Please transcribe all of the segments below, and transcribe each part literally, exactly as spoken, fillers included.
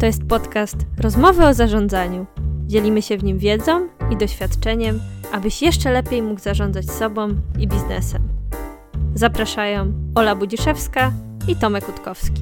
To jest podcast Rozmowy o zarządzaniu. Dzielimy się w nim wiedzą i doświadczeniem, abyś jeszcze lepiej mógł zarządzać sobą i biznesem. Zapraszają Ola Budziszewska i Tomek Utkowski.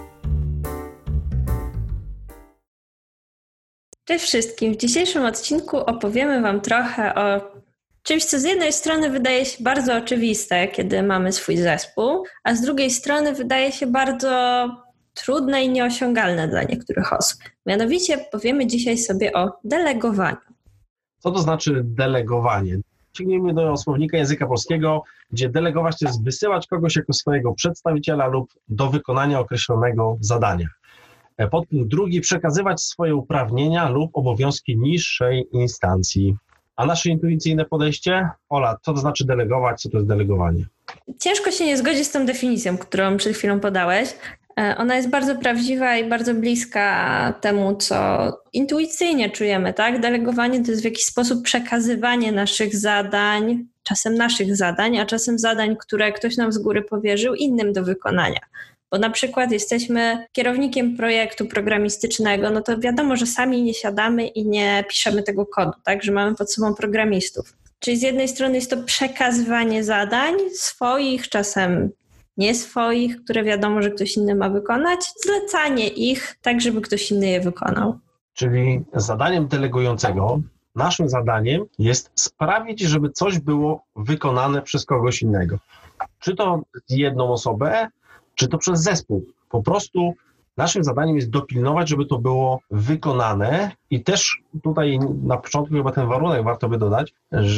Cześć wszystkim. W dzisiejszym odcinku opowiemy Wam trochę o czymś, co z jednej strony wydaje się bardzo oczywiste, kiedy mamy swój zespół, a z drugiej strony wydaje się bardzo trudne i nieosiągalne dla niektórych osób. Mianowicie powiemy dzisiaj sobie o delegowaniu. Co to znaczy delegowanie? Sięgnijmy do słownika języka polskiego, gdzie delegować to jest wysyłać kogoś jako swojego przedstawiciela lub do wykonania określonego zadania. Podpunkt drugi, przekazywać swoje uprawnienia lub obowiązki niższej instancji. A nasze intuicyjne podejście? Ola, co to znaczy delegować, co to jest delegowanie? Ciężko się nie zgodzić z tą definicją, którą przed chwilą podałeś. Ona jest bardzo prawdziwa i bardzo bliska temu, co intuicyjnie czujemy, tak? Delegowanie to jest w jakiś sposób przekazywanie naszych zadań, czasem naszych zadań, a czasem zadań, które ktoś nam z góry powierzył innym do wykonania. Bo na przykład jesteśmy kierownikiem projektu programistycznego, no to wiadomo, że sami nie siadamy i nie piszemy tego kodu, tak? Że mamy pod sobą programistów. Czyli z jednej strony jest to przekazywanie zadań swoich, czasem nie swoich, które wiadomo, że ktoś inny ma wykonać, zlecanie ich tak, żeby ktoś inny je wykonał. Czyli zadaniem delegującego, naszym zadaniem jest sprawić, żeby coś było wykonane przez kogoś innego. Czy to jedną osobę, czy to przez zespół. Po prostu naszym zadaniem jest dopilnować, żeby to było wykonane i też tutaj na początku chyba ten warunek warto by dodać,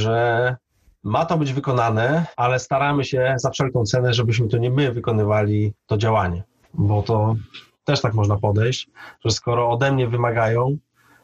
że ma to być wykonane, ale staramy się za wszelką cenę, żebyśmy to nie my wykonywali to działanie, bo to też tak można podejść, że skoro ode mnie wymagają,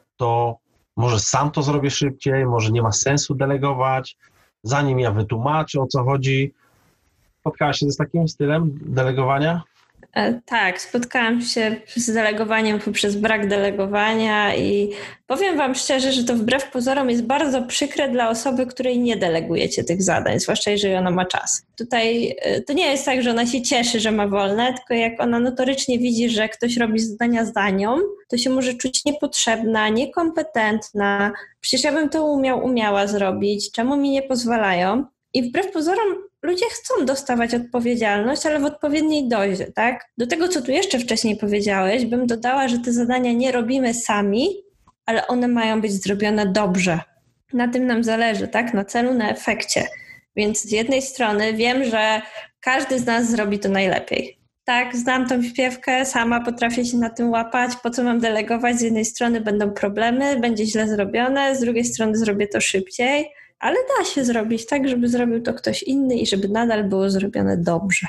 to może sam to zrobię szybciej, może nie ma sensu delegować, zanim ja wytłumaczę, o co chodzi. Spotkałaś się z takim stylem delegowania? E, tak, spotkałam się z delegowaniem poprzez brak delegowania i powiem Wam szczerze, że to wbrew pozorom jest bardzo przykre dla osoby, której nie delegujecie tych zadań, zwłaszcza jeżeli ona ma czas. Tutaj e, to nie jest tak, że ona się cieszy, że ma wolne, tylko jak ona notorycznie widzi, że ktoś robi zadania za nią, to się może czuć niepotrzebna, niekompetentna. Przecież ja bym to umiał, umiała zrobić, czemu mi nie pozwalają? I wbrew pozorom ludzie chcą dostawać odpowiedzialność, ale w odpowiedniej dozie, tak? Do tego, co tu jeszcze wcześniej powiedziałeś, bym dodała, że te zadania nie robimy sami, ale one mają być zrobione dobrze. Na tym nam zależy, tak? Na celu, na efekcie. Więc z jednej strony wiem, że każdy z nas zrobi to najlepiej. Tak, znam tą śpiewkę, sama potrafię się na tym łapać, po co mam delegować? Z jednej strony będą problemy, będzie źle zrobione, z drugiej strony zrobię to szybciej. Ale da się zrobić tak, żeby zrobił to ktoś inny i żeby nadal było zrobione dobrze.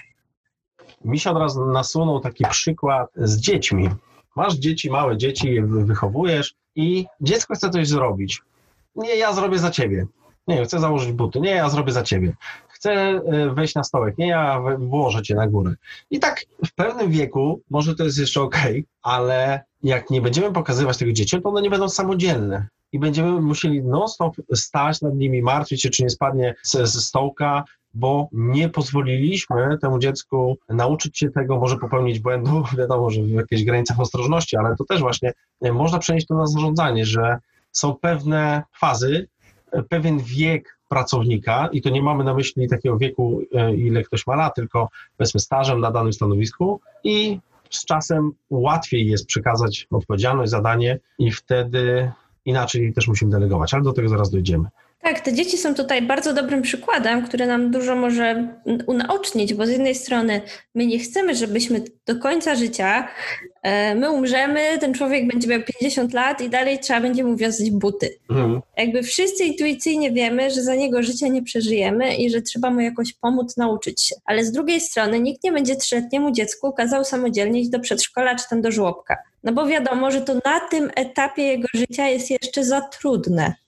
Mi się od razu nasunął taki przykład z dziećmi. Masz dzieci, małe dzieci, wychowujesz i dziecko chce coś zrobić. Nie, ja zrobię za ciebie. Nie, chcę założyć buty. Nie, ja zrobię za ciebie. Chcę wejść na stołek. Nie, ja włożę cię na górę. I tak w pewnym wieku, może to jest jeszcze okej, ale jak nie będziemy pokazywać tego dzieciom, to one nie będą samodzielne. I będziemy musieli non-stop stać nad nimi, martwić się, czy nie spadnie ze, ze stołka, bo nie pozwoliliśmy temu dziecku nauczyć się tego, może popełnić błędu, wiadomo, że w jakichś granicach ostrożności, ale to też właśnie można przenieść to na zarządzanie, że są pewne fazy, pewien wiek pracownika i to nie mamy na myśli takiego wieku, ile ktoś ma lat, tylko powiedzmy stażem na danym stanowisku i z czasem łatwiej jest przekazać odpowiedzialność, zadanie i wtedy inaczej też musimy delegować, ale do tego zaraz dojdziemy. Tak, te dzieci są tutaj bardzo dobrym przykładem, który nam dużo może unaocznić, bo z jednej strony my nie chcemy, żebyśmy do końca życia, my umrzemy, ten człowiek będzie miał pięćdziesiąt lat i dalej trzeba będzie mu wiązać buty. Mhm. Jakby wszyscy intuicyjnie wiemy, że za niego życia nie przeżyjemy i że trzeba mu jakoś pomóc nauczyć się. Ale z drugiej strony nikt nie będzie trzyletniemu dziecku kazał samodzielnie iść do przedszkola czy tam do żłobka. No bo wiadomo, że to na tym etapie jego życia jest jeszcze za trudne.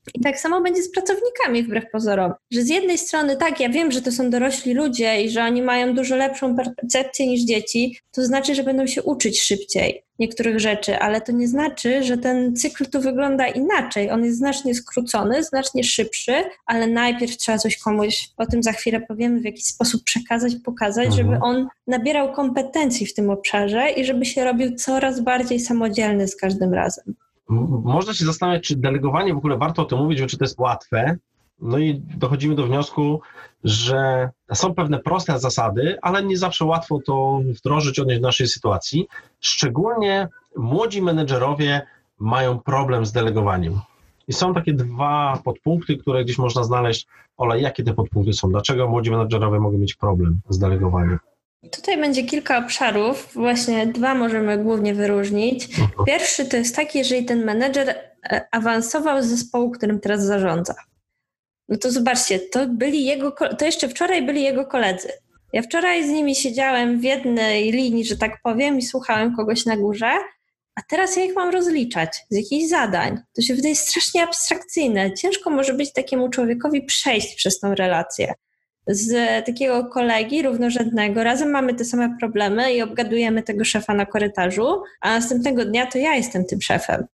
I tak samo będzie z pracownikami wbrew pozorom, że z jednej strony tak, ja wiem, że to są dorośli ludzie i że oni mają dużo lepszą percepcję niż dzieci, to znaczy, że będą się uczyć szybciej niektórych rzeczy, ale to nie znaczy, że ten cykl tu wygląda inaczej. On jest znacznie skrócony, znacznie szybszy, ale najpierw trzeba coś komuś, o tym za chwilę powiemy, w jakiś sposób przekazać, pokazać, mhm. żeby on nabierał kompetencji w tym obszarze i żeby się robił coraz bardziej samodzielny z każdym razem. Można się zastanawiać, czy delegowanie w ogóle warto o tym mówić, czy to jest łatwe. No i dochodzimy do wniosku, że są pewne proste zasady, ale nie zawsze łatwo to wdrożyć, odnieść do naszej sytuacji. Szczególnie młodzi menedżerowie mają problem z delegowaniem. I są takie dwa podpunkty, które gdzieś można znaleźć. Ola, jakie te podpunkty są? Dlaczego młodzi menedżerowie mogą mieć problem z delegowaniem? Tutaj będzie kilka obszarów, właśnie dwa możemy głównie wyróżnić. Pierwszy to jest taki, jeżeli ten menedżer awansował z zespołu, którym teraz zarządza. No to zobaczcie, to byli jego, to jeszcze wczoraj byli jego koledzy. Ja wczoraj z nimi siedziałem w jednej linii, że tak powiem, i słuchałem kogoś na górze, a teraz ja ich mam rozliczać z jakichś zadań. To się wydaje strasznie abstrakcyjne. Ciężko może być takiemu człowiekowi przejść przez tą relację. Z takiego kolegi równorzędnego, razem mamy te same problemy i obgadujemy tego szefa na korytarzu, a następnego dnia to ja jestem tym szefem.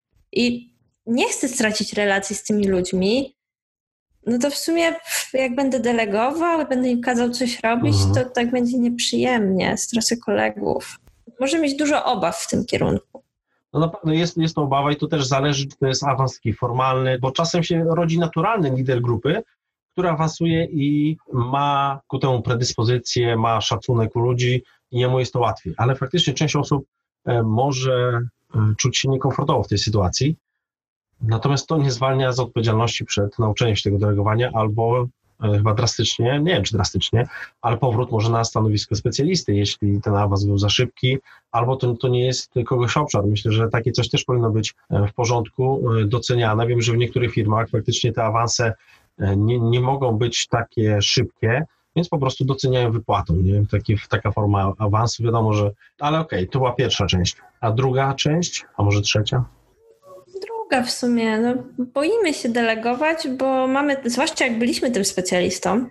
I nie chcę stracić relacji z tymi ludźmi, no to w sumie jak będę delegował, będę im kazał coś robić, mhm. to tak będzie nieprzyjemnie, stracę kolegów. Może mieć dużo obaw w tym kierunku. No na pewno jest, jest to obawa i to też zależy, czy to jest awans taki formalny, bo czasem się rodzi naturalny lider grupy, który awansuje i ma ku temu predyspozycję, ma szacunek u ludzi i jemu jest to łatwiej. Ale faktycznie część osób może czuć się niekomfortowo w tej sytuacji, natomiast to nie zwalnia z odpowiedzialności przed nauczeniem się tego delegowania albo chyba drastycznie, nie wiem czy drastycznie, ale powrót może na stanowisko specjalisty, jeśli ten awans był za szybki, albo to, to nie jest kogoś obszar. Myślę, że takie coś też powinno być w porządku, doceniane. Wiem, że w niektórych firmach faktycznie te awanse nie, nie mogą być takie szybkie, więc po prostu doceniają wypłatą, nie? Taki, taka forma awansu, wiadomo, że... Ale okej, okay, to była pierwsza część. A druga część? A może trzecia? Druga w sumie. No, boimy się delegować, bo mamy, zwłaszcza jak byliśmy tym specjalistą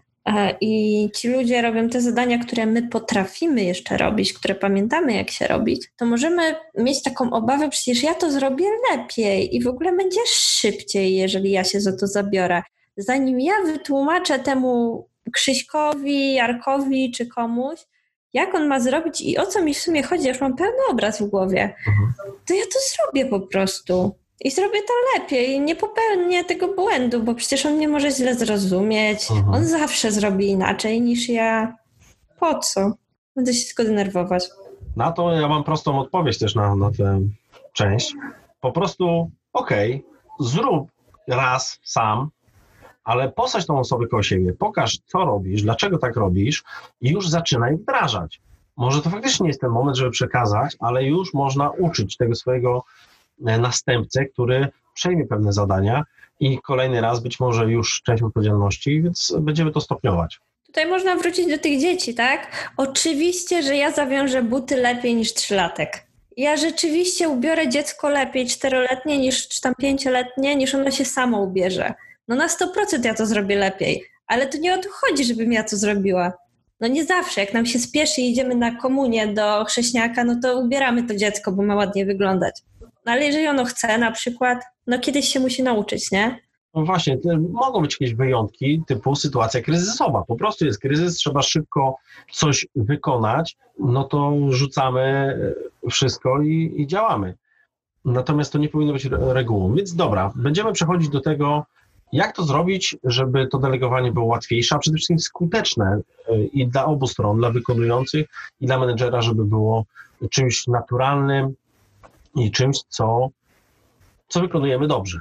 i ci ludzie robią te zadania, które my potrafimy jeszcze robić, które pamiętamy jak się robić, to możemy mieć taką obawę, przecież ja to zrobię lepiej i w ogóle będzie szybciej, jeżeli ja się za to zabiorę. Zanim ja wytłumaczę temu Krzyśkowi, Jarkowi czy komuś, jak on ma zrobić i o co mi w sumie chodzi, ja już mam pełny obraz w głowie, to ja to zrobię po prostu. I zrobię to lepiej, nie popełnię tego błędu, bo przecież on nie może źle zrozumieć. Mhm. On zawsze zrobi inaczej niż ja. Po co? Będę się tylko denerwować. Na to ja mam prostą odpowiedź też na, na tę część. Po prostu okej, okay, zrób raz sam, ale posadź tą osobę koło siebie, pokaż co robisz, dlaczego tak robisz i już zaczynaj wdrażać. Może to faktycznie jest ten moment, żeby przekazać, ale już można uczyć tego swojego następcę, który przejmie pewne zadania i kolejny raz być może już część odpowiedzialności, więc będziemy to stopniować. Tutaj można wrócić do tych dzieci, tak? Oczywiście, że ja zawiążę buty lepiej niż trzylatek. Ja rzeczywiście ubiorę dziecko lepiej czteroletnie niż czy tam pięcioletnie, niż ono się samo ubierze. No na sto procent ja to zrobię lepiej, ale to nie o to chodzi, żebym ja to zrobiła. No nie zawsze, jak nam się spieszy i idziemy na komunię do chrześniaka, no to ubieramy to dziecko, bo ma ładnie wyglądać. No ale jeżeli ono chce na przykład, no kiedyś się musi nauczyć, nie? No właśnie, mogą być jakieś wyjątki, typu sytuacja kryzysowa. Po prostu jest kryzys, trzeba szybko coś wykonać, no to rzucamy wszystko i, i działamy. Natomiast to nie powinno być regułą. Więc dobra, będziemy przechodzić do tego, jak to zrobić, żeby to delegowanie było łatwiejsze, a przede wszystkim skuteczne i dla obu stron, dla wykonujących i dla menedżera, żeby było czymś naturalnym i czymś, co, co wykonujemy dobrze.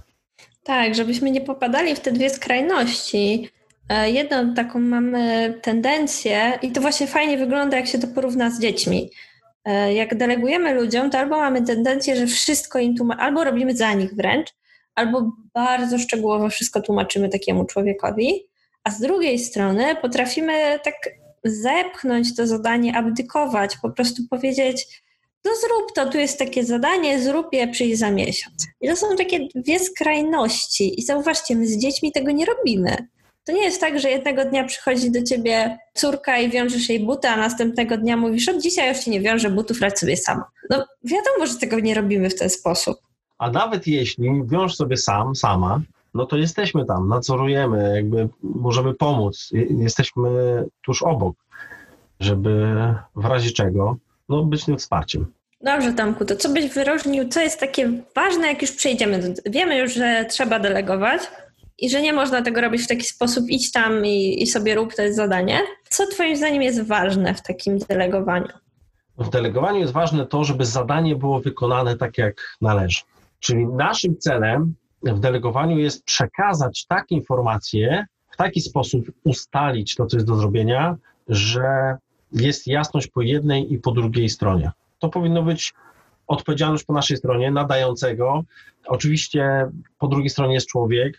Tak, żebyśmy nie popadali w te dwie skrajności. Jedną taką mamy tendencję i to właśnie fajnie wygląda, jak się to porówna z dziećmi. Jak delegujemy ludziom, to albo mamy tendencję, że wszystko im tłumaczymy, albo robimy za nich wręcz, albo bardzo szczegółowo wszystko tłumaczymy takiemu człowiekowi, a z drugiej strony potrafimy tak zepchnąć to zadanie, abdykować, po prostu powiedzieć, no zrób to, tu jest takie zadanie, zrób je, przyjdź za miesiąc. I to są takie dwie skrajności. I zauważcie, my z dziećmi tego nie robimy. To nie jest tak, że jednego dnia przychodzi do ciebie córka i wiążesz jej buty, a następnego dnia mówisz, od dzisiaj już ci nie wiążę butów, radź sobie sama. No wiadomo, że tego nie robimy w ten sposób. A nawet jeśli wiąż sobie sam, sama, no to jesteśmy tam, nadzorujemy, jakby możemy pomóc, jesteśmy tuż obok, żeby w razie czego, no być tym wsparciem. Dobrze, Tomku, to co byś wyróżnił, co jest takie ważne, jak już przejdziemy do... Wiemy już, że trzeba delegować i że nie można tego robić w taki sposób, idź tam i, i sobie rób, to jest zadanie. Co twoim zdaniem jest ważne w takim delegowaniu? W delegowaniu jest ważne to, żeby zadanie było wykonane tak, jak należy. Czyli naszym celem w delegowaniu jest przekazać takie informacje, w taki sposób ustalić to, co jest do zrobienia, że jest jasność po jednej i po drugiej stronie. To powinno być odpowiedzialność po naszej stronie, nadającego. Oczywiście po drugiej stronie jest człowiek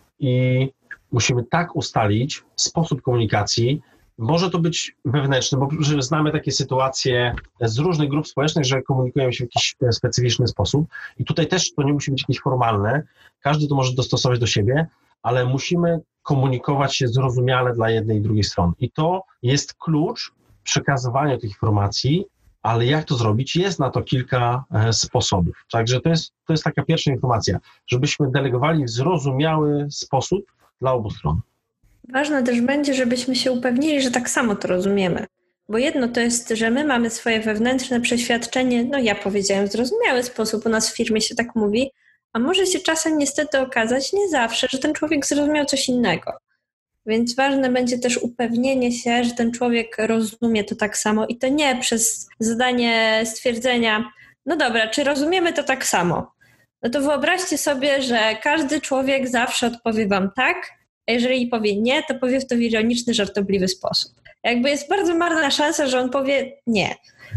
i musimy tak ustalić sposób komunikacji. Może to być wewnętrzny, bo znamy takie sytuacje z różnych grup społecznych, że komunikujemy się w jakiś specyficzny sposób i tutaj też to nie musi być jakieś formalne, każdy to może dostosować do siebie, ale musimy komunikować się zrozumiale dla jednej i drugiej strony. I to jest klucz przekazywania tych informacji, ale jak to zrobić? Jest na to kilka sposobów. Także to jest, to jest taka pierwsza informacja, żebyśmy delegowali w zrozumiały sposób dla obu stron. Ważne też będzie, żebyśmy się upewnili, że tak samo to rozumiemy. Bo jedno to jest, że my mamy swoje wewnętrzne przeświadczenie, no ja powiedziałem w zrozumiały sposób, u nas w firmie się tak mówi, a może się czasem niestety okazać, nie zawsze, że ten człowiek zrozumiał coś innego. Więc ważne będzie też upewnienie się, że ten człowiek rozumie to tak samo i to nie przez zadanie stwierdzenia, no dobra, czy rozumiemy to tak samo? No to wyobraźcie sobie, że każdy człowiek zawsze odpowie wam tak, a jeżeli powie nie, to powie w to w ironiczny, żartobliwy sposób. Jakby jest bardzo marna szansa, że on powie nie.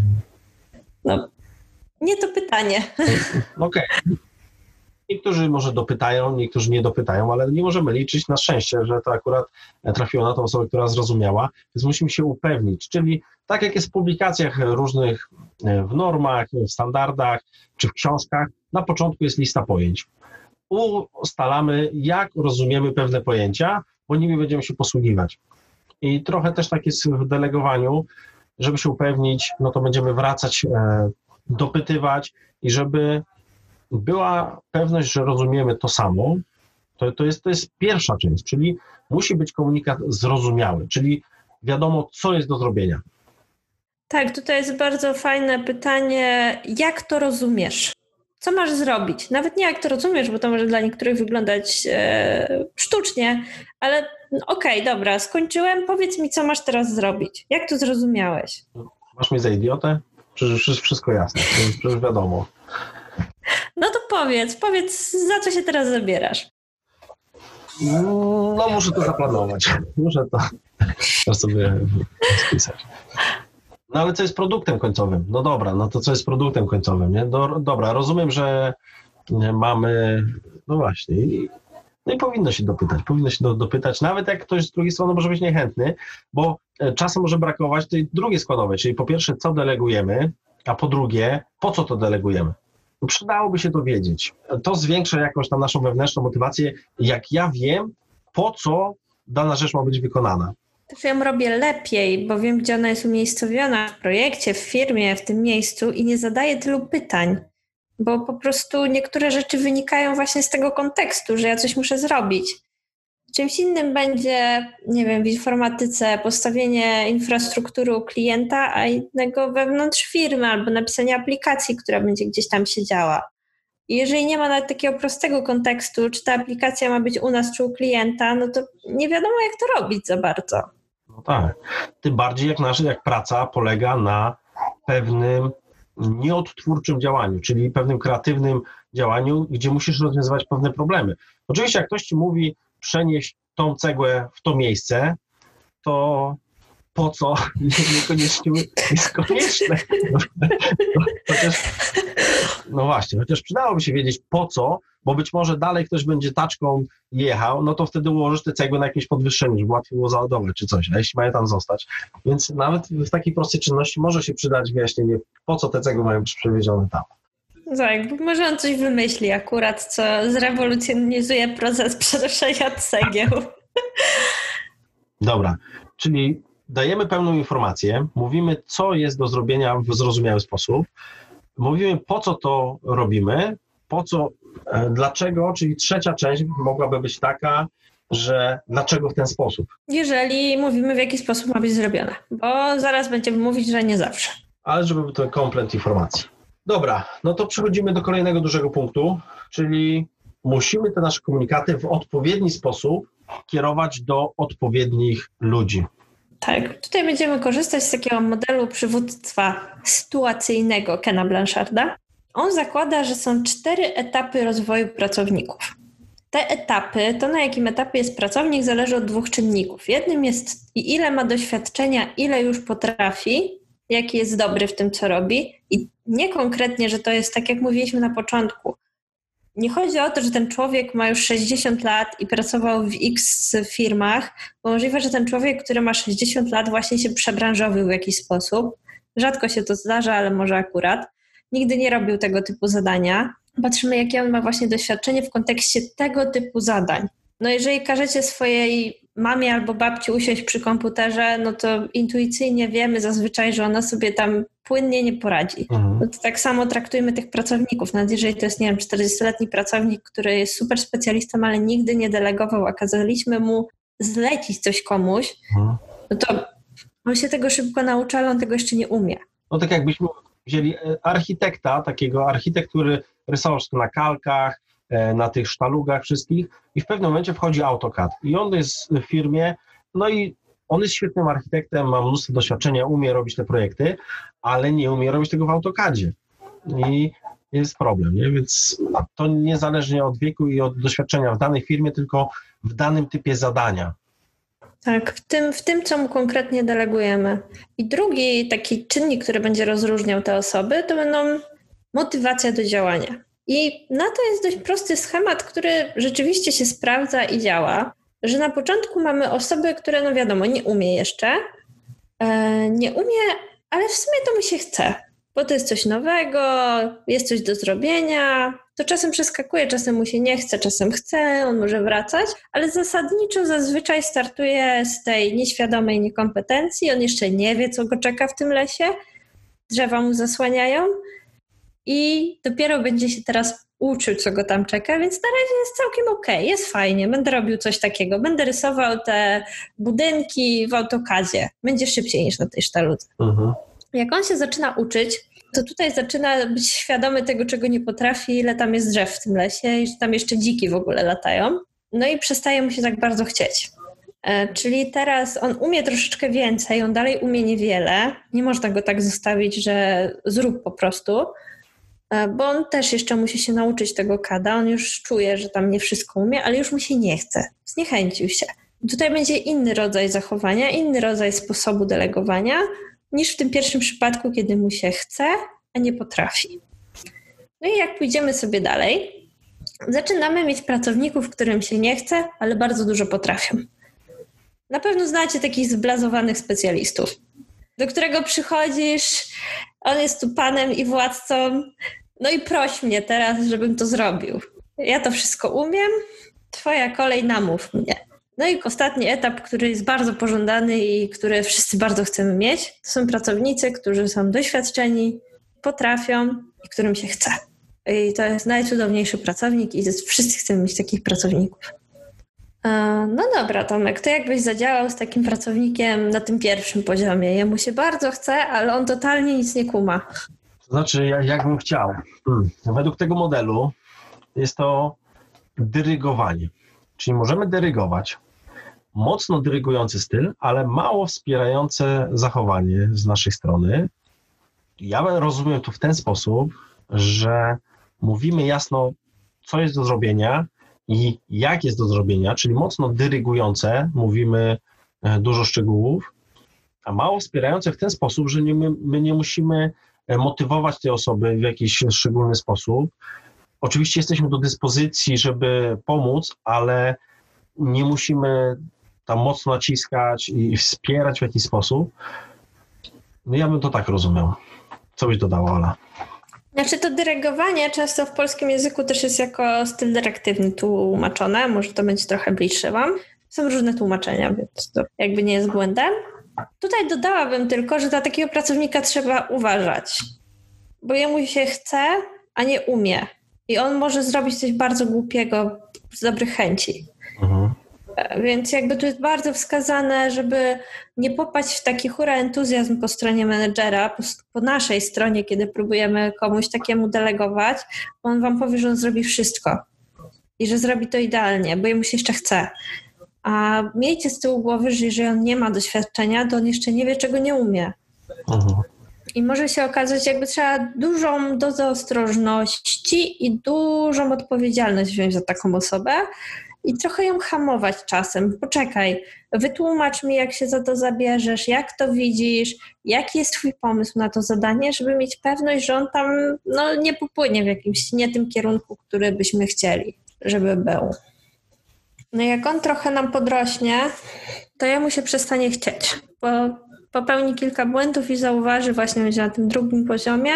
No, nie to pytanie. Okej. Okay. Niektórzy może dopytają, niektórzy nie dopytają, ale nie możemy liczyć na szczęście, że to akurat trafiło na tą osobę, która zrozumiała, więc musimy się upewnić. Czyli tak jak jest w publikacjach różnych, w normach, w standardach czy w książkach, na początku jest lista pojęć. Ustalamy, jak rozumiemy pewne pojęcia, bo nimi będziemy się posługiwać. I trochę też tak jest w delegowaniu, żeby się upewnić, no to będziemy wracać, e, dopytywać i żeby była pewność, że rozumiemy to samo, to, to, jest, to jest pierwsza część, czyli musi być komunikat zrozumiały, czyli wiadomo, co jest do zrobienia. Tak, tutaj jest bardzo fajne pytanie, jak to rozumiesz? Co masz zrobić? Nawet nie jak to rozumiesz, bo to może dla niektórych wyglądać e, sztucznie, ale okej, okay, dobra, skończyłem, powiedz mi, co masz teraz zrobić. Jak to zrozumiałeś? Masz mnie za idiotę? Przecież wszystko jasne, przecież wiadomo. No to powiedz, powiedz, za co się teraz zabierasz? No muszę to zaplanować, muszę to, to sobie spisać. No ale co jest produktem końcowym? No dobra, no to co jest produktem końcowym, nie? Do, dobra, rozumiem, że mamy, no właśnie, no i powinno się dopytać, powinno się do, dopytać, nawet jak ktoś z drugiej strony może być niechętny, bo czasem może brakować tej drugiej składowej, czyli po pierwsze, co delegujemy, a po drugie, po co to delegujemy? Przydałoby się to wiedzieć. To zwiększa jakąś tam naszą wewnętrzną motywację, jak ja wiem, po co dana rzecz ma być wykonana. Też ją robię lepiej, bo wiem, gdzie ona jest umiejscowiona w projekcie, w firmie, w tym miejscu i nie zadaję tylu pytań, bo po prostu niektóre rzeczy wynikają właśnie z tego kontekstu, że ja coś muszę zrobić. Czymś innym będzie, nie wiem, w informatyce postawienie infrastruktury u klienta, a innego wewnątrz firmy albo napisanie aplikacji, która będzie gdzieś tam się działa. I jeżeli nie ma nawet takiego prostego kontekstu, czy ta aplikacja ma być u nas, czy u klienta, no to nie wiadomo, jak to robić za bardzo. No tak. Tym bardziej jak nasza, jak praca polega na pewnym nieodtwórczym działaniu, czyli pewnym kreatywnym działaniu, gdzie musisz rozwiązywać pewne problemy. Oczywiście jak ktoś ci mówi, przenieść tą cegłę w to miejsce, to po co? Niekoniecznie jest konieczne. Chociaż, no właśnie, chociaż przydałoby się wiedzieć po co, bo być może dalej ktoś będzie taczką jechał, no to wtedy ułożysz te cegły na jakimś podwyższeniu, żeby łatwiej było załadować czy coś, a jeśli mają tam zostać. Więc nawet w takiej prostej czynności może się przydać wyjaśnienie, po co te cegły mają być przewiezione tam. Tak, bo może on coś wymyśli akurat, co zrewolucjonizuje proces przenoszenia cegieł. Dobra, czyli dajemy pełną informację, mówimy, co jest do zrobienia w zrozumiały sposób, mówimy, po co to robimy, po co, e, dlaczego, czyli trzecia część mogłaby być taka, że dlaczego w ten sposób. Jeżeli mówimy, w jaki sposób ma być zrobione, bo zaraz będziemy mówić, że nie zawsze. Ale żeby był to komplet informacji. Dobra, no to przechodzimy do kolejnego dużego punktu, czyli musimy te nasze komunikaty w odpowiedni sposób kierować do odpowiednich ludzi. Tak, tutaj będziemy korzystać z takiego modelu przywództwa sytuacyjnego Kena Blancharda. On zakłada, że są cztery etapy rozwoju pracowników. Te etapy, to na jakim etapie jest pracownik, zależy od dwóch czynników. Jednym jest ile ma doświadczenia, ile już potrafi, jaki jest dobry w tym, co robi. I nie konkretnie, że to jest tak, jak mówiliśmy na początku. Nie chodzi o to, że ten człowiek ma już sześćdziesiąt lat i pracował w X firmach, bo możliwe, że ten człowiek, który ma sześćdziesiąt lat, właśnie się przebranżowił w jakiś sposób. Rzadko się to zdarza, ale może akurat. Nigdy nie robił tego typu zadania. Patrzymy, jakie on ma właśnie doświadczenie w kontekście tego typu zadań. No jeżeli każecie swojej mamie albo babci usiąść przy komputerze, no to intuicyjnie wiemy zazwyczaj, że ona sobie tam płynnie nie poradzi. Mhm. No to tak samo traktujmy tych pracowników. Nawet jeżeli to jest, nie wiem, czterdziestoletni pracownik, który jest super specjalistą, ale nigdy nie delegował, a kazaliśmy mu zlecić coś komuś, mhm. no to on się tego szybko nauczy, ale on tego jeszcze nie umie. No tak jakbyśmy wzięli architekta, takiego architekt, który rysował wszystko na kalkach, na tych sztalugach wszystkich i w pewnym momencie wchodzi AutoCAD i on jest w firmie, no i on jest świetnym architektem, ma mnóstwo doświadczenia, umie robić te projekty, ale nie umie robić tego w AutoCADzie i jest problem, nie? Więc to niezależnie od wieku i od doświadczenia w danej firmie, tylko w danym typie zadania. Tak, w tym, w tym, co mu konkretnie delegujemy. I drugi taki czynnik, który będzie rozróżniał te osoby, to będą motywacja do działania. I na to jest dość prosty schemat, który rzeczywiście się sprawdza i działa, że na początku mamy osoby, które, no wiadomo, nie umie jeszcze, e, nie umie, ale w sumie to mu się chce, bo to jest coś nowego, jest coś do zrobienia, to czasem przeskakuje, czasem mu się nie chce, czasem chce, on może wracać, ale zasadniczo zazwyczaj startuje z tej nieświadomej niekompetencji, on jeszcze nie wie, co go czeka w tym lesie, drzewa mu zasłaniają, i dopiero będzie się teraz uczył, co go tam czeka, więc na razie jest całkiem okej, okay, jest fajnie, będę robił coś takiego, będę rysował te budynki w AutoCADzie, będzie szybciej niż na tej sztaludze. Mhm. Jak on się zaczyna uczyć, to tutaj zaczyna być świadomy tego, czego nie potrafi, ile tam jest drzew w tym lesie i że tam jeszcze dziki w ogóle latają, no i przestaje mu się tak bardzo chcieć. E, czyli teraz on umie troszeczkę więcej, on dalej umie niewiele, nie można go tak zostawić, że zrób po prostu, bo on też jeszcze musi się nauczyć tego kada, on już czuje, że tam nie wszystko umie, ale już mu się nie chce, zniechęcił się. Tutaj będzie inny rodzaj zachowania, inny rodzaj sposobu delegowania, niż w tym pierwszym przypadku, kiedy mu się chce, a nie potrafi. No i jak pójdziemy sobie dalej, zaczynamy mieć pracowników, którym się nie chce, ale bardzo dużo potrafią. Na pewno znacie takich zblazowanych specjalistów, do którego przychodzisz, on jest tu panem i władcą, no i proś mnie teraz, żebym to zrobił. Ja to wszystko umiem, twoja kolej, namów mnie. No i ostatni etap, który jest bardzo pożądany i który wszyscy bardzo chcemy mieć, to są pracownicy, którzy są doświadczeni, potrafią i którym się chce. I to jest najcudowniejszy pracownik i wszyscy chcemy mieć takich pracowników. No dobra, Tomek, to jakbyś zadziałał z takim pracownikiem na tym pierwszym poziomie. Jemu się bardzo chce, ale on totalnie nic nie kuma. To znaczy, jak, jak bym chciał. Hmm. Według tego modelu jest to dyrygowanie. Czyli możemy dyrygować mocno dyrygujący styl, ale mało wspierające zachowanie z naszej strony. Ja rozumiem to w ten sposób, że mówimy jasno, co jest do zrobienia i jak jest do zrobienia, czyli mocno dyrygujące, mówimy dużo szczegółów, a mało wspierające w ten sposób, że nie, my, my nie musimy motywować tej osoby w jakiś szczególny sposób. Oczywiście jesteśmy do dyspozycji, żeby pomóc, ale nie musimy tam mocno naciskać i wspierać w jakiś sposób. No ja bym to tak rozumiał. Co byś dodała, Ola? Znaczy to dyrygowanie często w polskim języku też jest jako styl dyrektywny tłumaczone, może to będzie trochę bliższe wam. Są różne tłumaczenia, więc to jakby nie jest błędem. Tutaj dodałabym tylko, że dla takiego pracownika trzeba uważać, bo jemu się chce, a nie umie. I on może zrobić coś bardzo głupiego z dobrych chęci. Mhm. Więc jakby tu jest bardzo wskazane, żeby nie popaść w taki hura entuzjazm po stronie menedżera, po, po naszej stronie, kiedy próbujemy komuś takiemu delegować, bo on wam powie, że on zrobi wszystko i że zrobi to idealnie, bo jemu się jeszcze chce. A miejcie z tyłu głowy, że jeżeli on nie ma doświadczenia, to on jeszcze nie wie, czego nie umie. Mhm. I może się okazać, jakby trzeba dużą dozę ostrożności i dużą odpowiedzialność wziąć za taką osobę i trochę ją hamować czasem. Poczekaj, wytłumacz mi, jak się za to zabierzesz, jak to widzisz, jaki jest twój pomysł na to zadanie, żeby mieć pewność, że on tam no, nie popłynie w jakimś nie tym kierunku, który byśmy chcieli, żeby był. No jak on trochę nam podrośnie, to jemu się przestanie chcieć, bo popełni kilka błędów i zauważy właśnie będzie na tym drugim poziomie,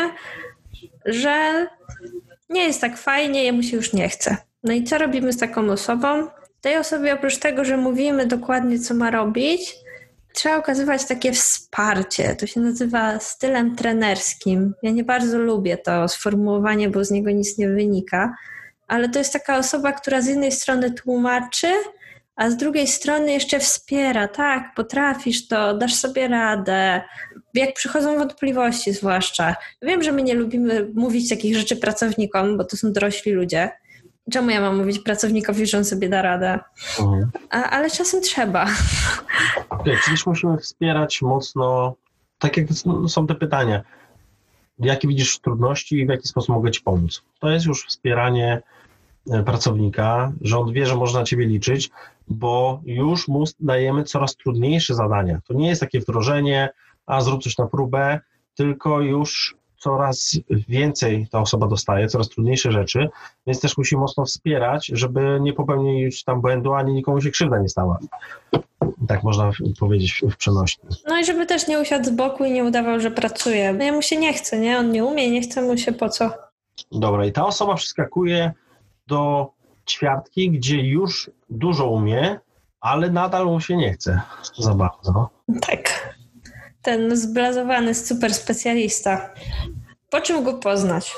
że nie jest tak fajnie, jemu się już nie chce. No i co robimy z taką osobą? Tej osobie oprócz tego, że mówimy dokładnie, co ma robić, trzeba okazywać takie wsparcie. To się nazywa stylem trenerskim. Ja nie bardzo lubię to sformułowanie, bo z niego nic nie wynika, ale to jest taka osoba, która z jednej strony tłumaczy, a z drugiej strony jeszcze wspiera. Tak, potrafisz to, dasz sobie radę. Jak przychodzą wątpliwości zwłaszcza. Wiem, że my nie lubimy mówić takich rzeczy pracownikom, bo to są dorośli ludzie. Czemu ja mam mówić pracownikowi, że on sobie da radę? Mhm. A, ale czasem trzeba. Okay, czyli musimy wspierać mocno, tak jak są te pytania. Jakie widzisz trudności i w jaki sposób mogę ci pomóc? To jest już wspieranie pracownika, że on wie, że można na ciebie liczyć, bo już mu dajemy coraz trudniejsze zadania. To nie jest takie wdrożenie, a zrób coś na próbę, tylko już coraz więcej ta osoba dostaje, coraz trudniejsze rzeczy, więc też musi mocno wspierać, żeby nie popełnić tam błędu, ani nikomu się krzywda nie stała. Tak można powiedzieć w przenośni. No i żeby też nie usiadł z boku i nie udawał, że pracuje. No jemu się nie chce, nie? On nie umie, nie chce mu się po co. Dobra, i ta osoba przeskakuje do ćwiartki, gdzie już dużo umie, ale nadal mu się nie chce za bardzo. Tak. Ten zblazowany super specjalista. Po czym go poznać?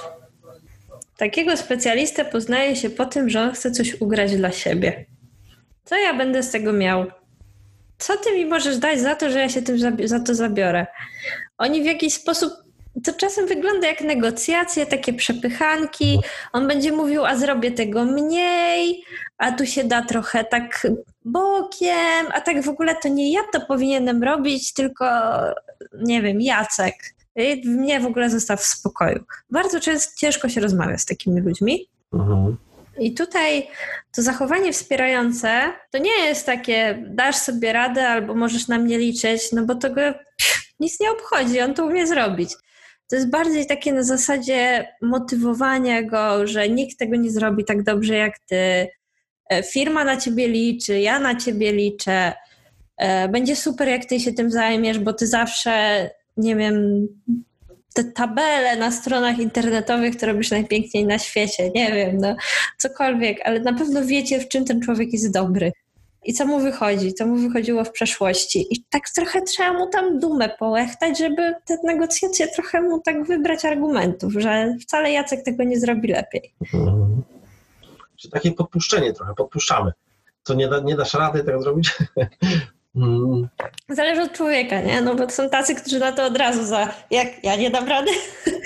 Takiego specjalistę poznaje się po tym, że on chce coś ugrać dla siebie. Co ja będę z tego miał? Co ty mi możesz dać za to, że ja się tym zabi- za to zabiorę? Oni w jakiś sposób, to czasem wygląda jak negocjacje, takie przepychanki. On będzie mówił, a zrobię tego mniej, a tu się da trochę tak bokiem, a tak w ogóle to nie ja to powinienem robić, tylko nie wiem, Jacek. Mnie w ogóle zostaw w spokoju. Bardzo często ciężko się rozmawia z takimi ludźmi. Mhm. I tutaj to zachowanie wspierające to nie jest takie dasz sobie radę albo możesz na mnie liczyć, no bo to go pff, nic nie obchodzi, on to umie zrobić. To jest bardziej takie na zasadzie motywowania go, że nikt tego nie zrobi tak dobrze jak ty. Firma na ciebie liczy, ja na ciebie liczę. Będzie super, jak ty się tym zajmiesz, bo ty zawsze, nie wiem, te tabele na stronach internetowych to robisz najpiękniej na świecie. Nie wiem, no cokolwiek, ale na pewno wiecie, w czym ten człowiek jest dobry. I co mu wychodzi, co mu wychodziło w przeszłości. I tak trochę trzeba mu tam dumę połechtać, żeby te negocjacje trochę mu tak wybrać argumentów, że wcale Jacek tego nie zrobi lepiej. Mhm. Czy takie podpuszczenie trochę, podpuszczamy. Co nie, da, nie dasz rady tego zrobić? hmm. Zależy od człowieka, nie? No bo są tacy, którzy na to od razu za, jak ja nie dam rady.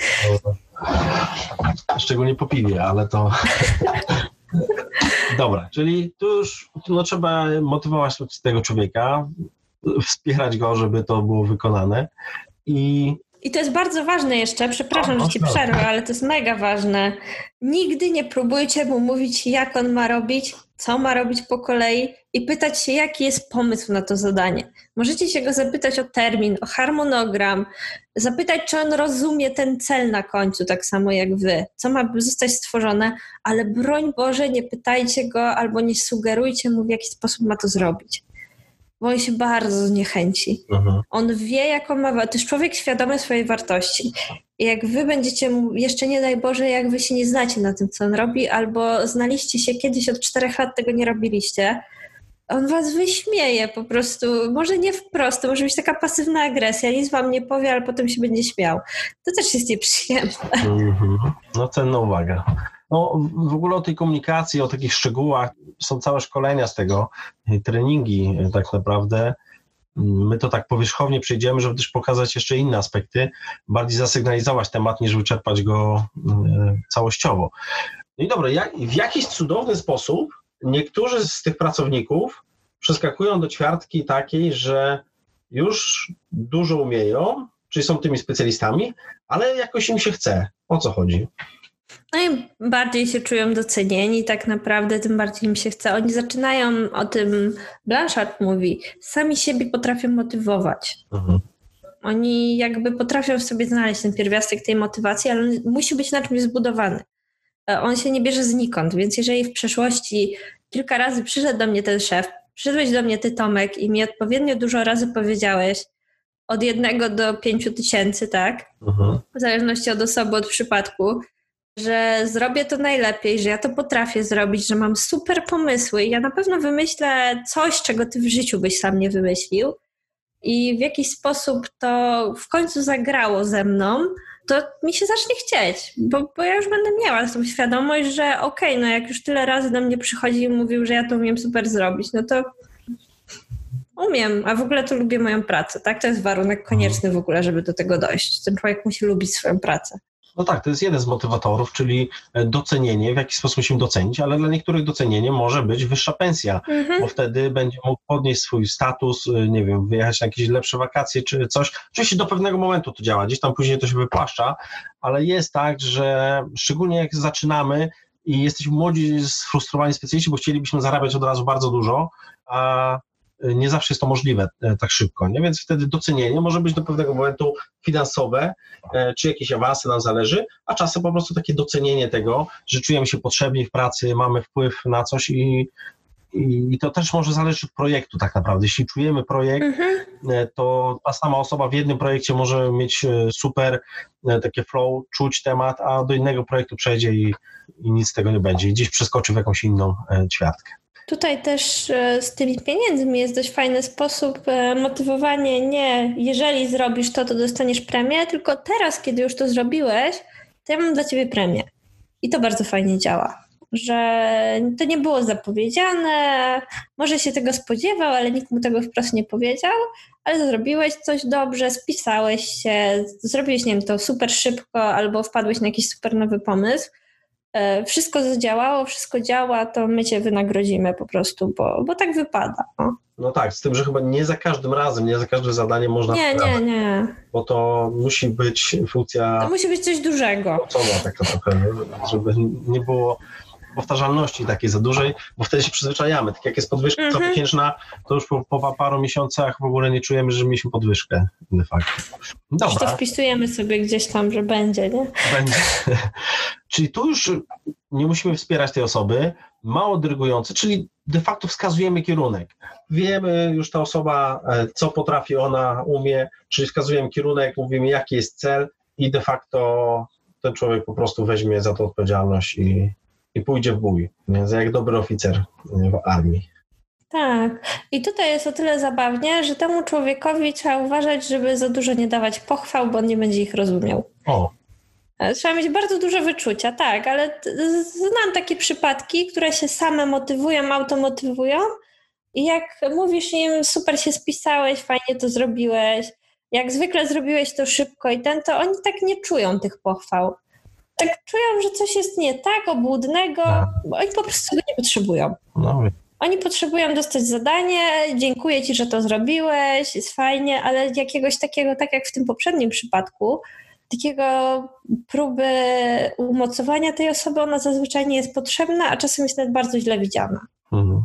Szczególnie po piwie, ale to... Dobra, czyli tu już no, trzeba motywować tego człowieka, wspierać go, żeby to było wykonane i... I to jest bardzo ważne jeszcze, przepraszam, o, że ci przerwę, ale to jest mega ważne. Nigdy nie próbujcie mu mówić, jak on ma robić, co ma robić po kolei i pytać się, jaki jest pomysł na to zadanie. Możecie się go zapytać o termin, o harmonogram, zapytać, czy on rozumie ten cel na końcu, tak samo jak wy, co ma zostać stworzone, ale broń Boże, nie pytajcie go albo nie sugerujcie mu, w jaki sposób ma to zrobić. bo on się bardzo zniechęci. Mhm. On wie, jaką ma... To jest człowiek świadomy swojej wartości. I jak wy będziecie mu, jeszcze nie daj Boże, jak wy się nie znacie na tym, co on robi, albo znaliście się kiedyś od czterech lat, tego nie robiliście, on was wyśmieje po prostu, może nie wprost, to może być taka pasywna agresja, nic wam nie powie, ale potem się będzie śmiał. To też jest nieprzyjemne. Mm-hmm. No cenna uwaga. No w ogóle o tej komunikacji, o takich szczegółach są całe szkolenia z tego, treningi tak naprawdę. My to tak powierzchownie przejdziemy, żeby też pokazać jeszcze inne aspekty, bardziej zasygnalizować temat, niż wyczerpać go całościowo. No i dobra, jak, w jakiś cudowny sposób niektórzy z tych pracowników przeskakują do ćwiartki takiej, że już dużo umieją, czyli są tymi specjalistami, ale jakoś im się chce. O co chodzi? No i bardziej się czują docenieni tak naprawdę, tym bardziej im się chce. Oni zaczynają, o tym Blanchard mówi, sami siebie potrafią motywować. Mhm. Oni jakby potrafią w sobie znaleźć ten pierwiastek tej motywacji, ale on musi być na czymś zbudowany. On się nie bierze znikąd, więc jeżeli w przeszłości kilka razy przyszedł do mnie ten szef, przyszedłeś do mnie ty, Tomek, i mi odpowiednio dużo razy powiedziałeś od jednego do pięciu tysięcy, tak? Mhm. W zależności od osoby, od przypadku, że zrobię to najlepiej, że ja to potrafię zrobić, że mam super pomysły i ja na pewno wymyślę coś, czego ty w życiu byś sam nie wymyślił i w jakiś sposób to w końcu zagrało ze mną, to mi się zacznie chcieć, bo, bo ja już będę miała tą świadomość, że okej, okay, no jak już tyle razy do mnie przychodzi i mówił, że ja to umiem super zrobić, no to umiem, a w ogóle to lubię moją pracę, tak? To jest warunek konieczny w ogóle, żeby do tego dojść. Ten człowiek musi lubić swoją pracę. No tak, to jest jeden z motywatorów, czyli docenienie, w jaki sposób musimy docenić, ale dla niektórych docenienie może być wyższa pensja, mhm. bo wtedy będzie mógł podnieść swój status, nie wiem, wyjechać na jakieś lepsze wakacje czy coś. Oczywiście do pewnego momentu to działa, gdzieś tam później to się wypłaszcza, ale jest tak, że szczególnie jak zaczynamy i jesteśmy młodzi, sfrustrowani specjaliści, bo chcielibyśmy zarabiać od razu bardzo dużo, a nie zawsze jest to możliwe tak szybko, nie? Więc wtedy docenienie może być do pewnego momentu finansowe, czy jakieś awanse nam zależy, a czasem po prostu takie docenienie tego, że czujemy się potrzebni w pracy, mamy wpływ na coś i, i, i to też może zależeć od projektu tak naprawdę. Jeśli czujemy projekt, mhm. to ta sama osoba w jednym projekcie może mieć super takie flow, czuć temat, a do innego projektu przejdzie i, i nic z tego nie będzie i gdzieś przeskoczy w jakąś inną ćwiartkę. Tutaj też z tymi pieniędzmi jest dość fajny sposób motywowanie, nie jeżeli zrobisz to, to dostaniesz premię, tylko teraz, kiedy już to zrobiłeś, to ja mam dla ciebie premię. I to bardzo fajnie działa, że to nie było zapowiedziane, może się tego spodziewał, ale nikt mu tego wprost nie powiedział, ale zrobiłeś coś dobrze, spisałeś się, zrobiłeś, nie wiem, to super szybko albo wpadłeś na jakiś super nowy pomysł. Wszystko zadziałało, wszystko działa, to my cię wynagrodzimy po prostu, bo, bo tak wypada. No. no tak, z tym, że chyba nie za każdym razem, nie za każdym zadaniem można... Nie, nie, nie. Bo to musi być funkcja... To musi być coś dużego. Taka trochę, żeby nie było powtarzalności takiej za dużej, bo wtedy się przyzwyczajamy. Tak jak jest podwyżka mm-hmm. comiesięczna, to już po, po paru miesiącach w ogóle nie czujemy, że mieliśmy podwyżkę de facto. Dobra. Już to wpisujemy sobie gdzieś tam, że będzie, nie? Będzie. Czyli tu już nie musimy wspierać tej osoby, mało dyrygujący, czyli de facto wskazujemy kierunek. Wiemy już ta osoba, co potrafi, ona umie, czyli wskazujemy kierunek, mówimy, jaki jest cel i de facto ten człowiek po prostu weźmie za to odpowiedzialność i i pójdzie w bój, nie? Jak dobry oficer w armii. Tak. I tutaj jest o tyle zabawnie, że temu człowiekowi trzeba uważać, żeby za dużo nie dawać pochwał, bo on nie będzie ich rozumiał. O. Trzeba mieć bardzo duże wyczucia, tak, ale znam takie przypadki, które się same motywują, automotywują i jak mówisz im, super się spisałeś, fajnie to zrobiłeś, jak zwykle zrobiłeś to szybko i ten, to oni tak nie czują tych pochwał. Tak czują, że coś jest nie tak, obłudnego, bo oni po prostu tego nie potrzebują. No. Oni potrzebują dostać zadanie, dziękuję ci, że to zrobiłeś, jest fajnie, ale jakiegoś takiego, tak jak w tym poprzednim przypadku, takiego próby umocowania tej osoby, ona zazwyczaj nie jest potrzebna, a czasem jest nawet bardzo źle widziana. Mhm.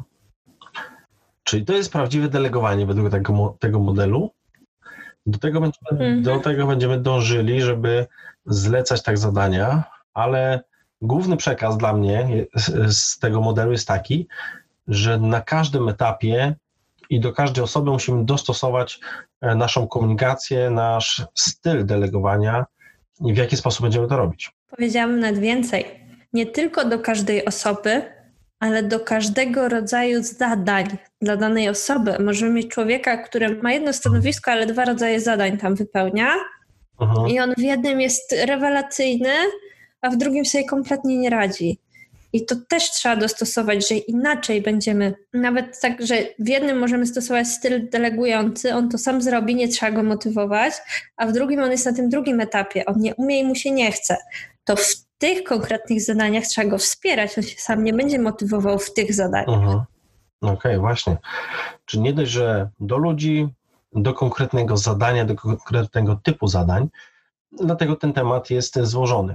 Czyli to jest prawdziwe delegowanie według tego, tego modelu? Do tego, będziemy, mhm. do tego będziemy dążyli, żeby zlecać tak zadania, ale główny przekaz dla mnie z tego modelu jest taki, że na każdym etapie i do każdej osoby musimy dostosować naszą komunikację, nasz styl delegowania i w jaki sposób będziemy to robić. Powiedziałabym nawet więcej. Nie tylko do każdej osoby, ale do każdego rodzaju zadań dla danej osoby. Możemy mieć człowieka, który ma jedno stanowisko, ale dwa rodzaje zadań tam wypełnia. Mhm. I on w jednym jest rewelacyjny, a w drugim sobie kompletnie nie radzi. I to też trzeba dostosować, że inaczej będziemy, nawet tak, że w jednym możemy stosować styl delegujący, on to sam zrobi, nie trzeba go motywować, a w drugim on jest na tym drugim etapie, on nie umie i mu się nie chce. To w tych konkretnych zadaniach trzeba go wspierać, on się sam nie będzie motywował w tych zadaniach. Mhm. Okej, okay, właśnie. Czyli nie dość, że do ludzi, do konkretnego zadania, do konkretnego typu zadań, dlatego ten temat jest złożony.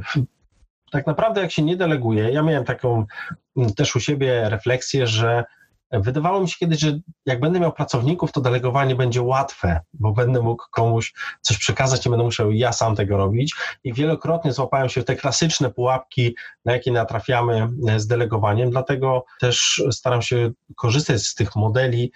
Tak naprawdę jak się nie deleguje, ja miałem taką też u siebie refleksję, że wydawało mi się kiedyś, że jak będę miał pracowników, to delegowanie będzie łatwe, bo będę mógł komuś coś przekazać, nie będę musiał ja sam tego robić i wielokrotnie złapałem się w te klasyczne pułapki, na jakie natrafiamy z delegowaniem, dlatego też staram się korzystać z tych modeli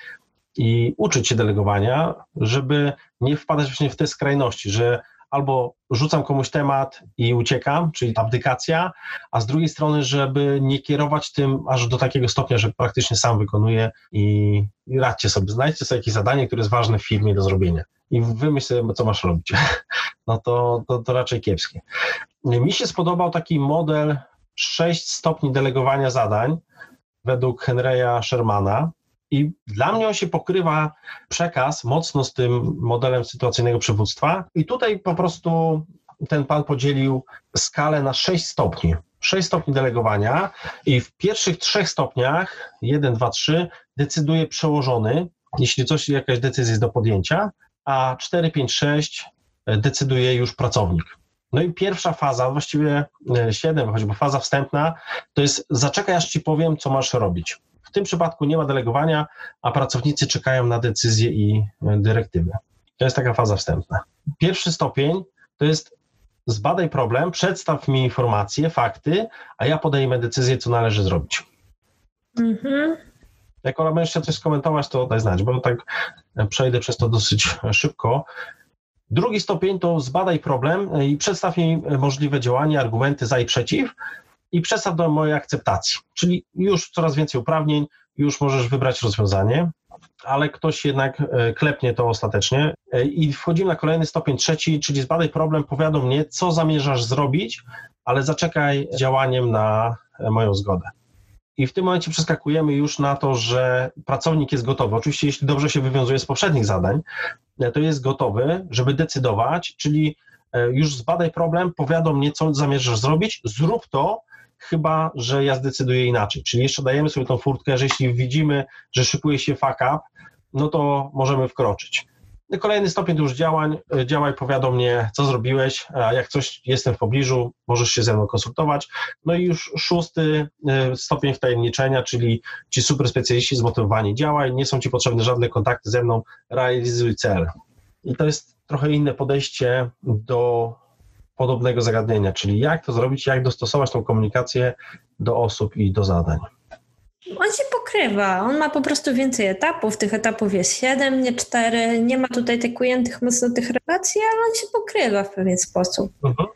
i uczyć się delegowania, żeby nie wpadać właśnie w te skrajności, że albo rzucam komuś temat i uciekam, czyli abdykacja, a z drugiej strony, żeby nie kierować tym aż do takiego stopnia, że praktycznie sam wykonuję i, i radźcie sobie, znajdźcie sobie jakieś zadanie, które jest ważne w firmie do zrobienia i wymyśl sobie, co masz robić. No to, to, to raczej kiepskie. Mi się spodobał taki model sześć stopni delegowania zadań według Henry'a Shermana. I dla mnie on się pokrywa przekaz mocno z tym modelem sytuacyjnego przywództwa. I tutaj po prostu ten pan podzielił skalę na sześć stopni. sześć stopni delegowania i w pierwszych trzech stopniach, jeden, dwa, trzy, decyduje przełożony, jeśli coś, jakaś decyzja jest do podjęcia, a cztery, pięć, sześć decyduje już pracownik. No i pierwsza faza, właściwie siedem, choćby faza wstępna, to jest zaczekaj, aż ci powiem, co masz robić. W tym przypadku nie ma delegowania, a pracownicy czekają na decyzje i dyrektywy. To jest taka faza wstępna. Pierwszy stopień to jest zbadaj problem, przedstaw mi informacje, fakty, a ja podejmę decyzję, co należy zrobić. Mhm. Jak Ola będziesz chciał coś skomentować, to daj znać, bo tak przejdę przez to dosyć szybko. Drugi stopień to zbadaj problem i przedstaw mi możliwe działania, argumenty za i przeciw, i przedstaw do mojej akceptacji. Czyli już coraz więcej uprawnień, już możesz wybrać rozwiązanie, ale ktoś jednak klepnie to ostatecznie. I wchodzimy na kolejny stopień trzeci, czyli zbadaj problem, powiadom mnie, co zamierzasz zrobić, ale zaczekaj z działaniem na moją zgodę. I w tym momencie przeskakujemy już na to, że pracownik jest gotowy. Oczywiście jeśli dobrze się wywiązuje z poprzednich zadań, to jest gotowy, żeby decydować, czyli już zbadaj problem, powiadom mnie, co zamierzasz zrobić, zrób to, chyba że ja zdecyduję inaczej. Czyli jeszcze dajemy sobie tą furtkę, że jeśli widzimy, że szykuje się fuck up, no to możemy wkroczyć. Kolejny stopień to już działań. Działaj, powiadom mnie, co zrobiłeś, a jak coś jestem w pobliżu, możesz się ze mną konsultować. No i już szósty stopień wtajemniczenia, czyli ci super specjaliści zmotywowani, działaj, nie są ci potrzebne żadne kontakty ze mną, realizuj cel. I to jest trochę inne podejście do podobnego zagadnienia, czyli jak to zrobić, jak dostosować tą komunikację do osób i do zadań. On się pokrywa, on ma po prostu więcej etapów, tych etapów jest siedem, nie cztery, nie ma tutaj tych ujętych mocno tych relacji, ale on się pokrywa w pewien sposób. Mhm.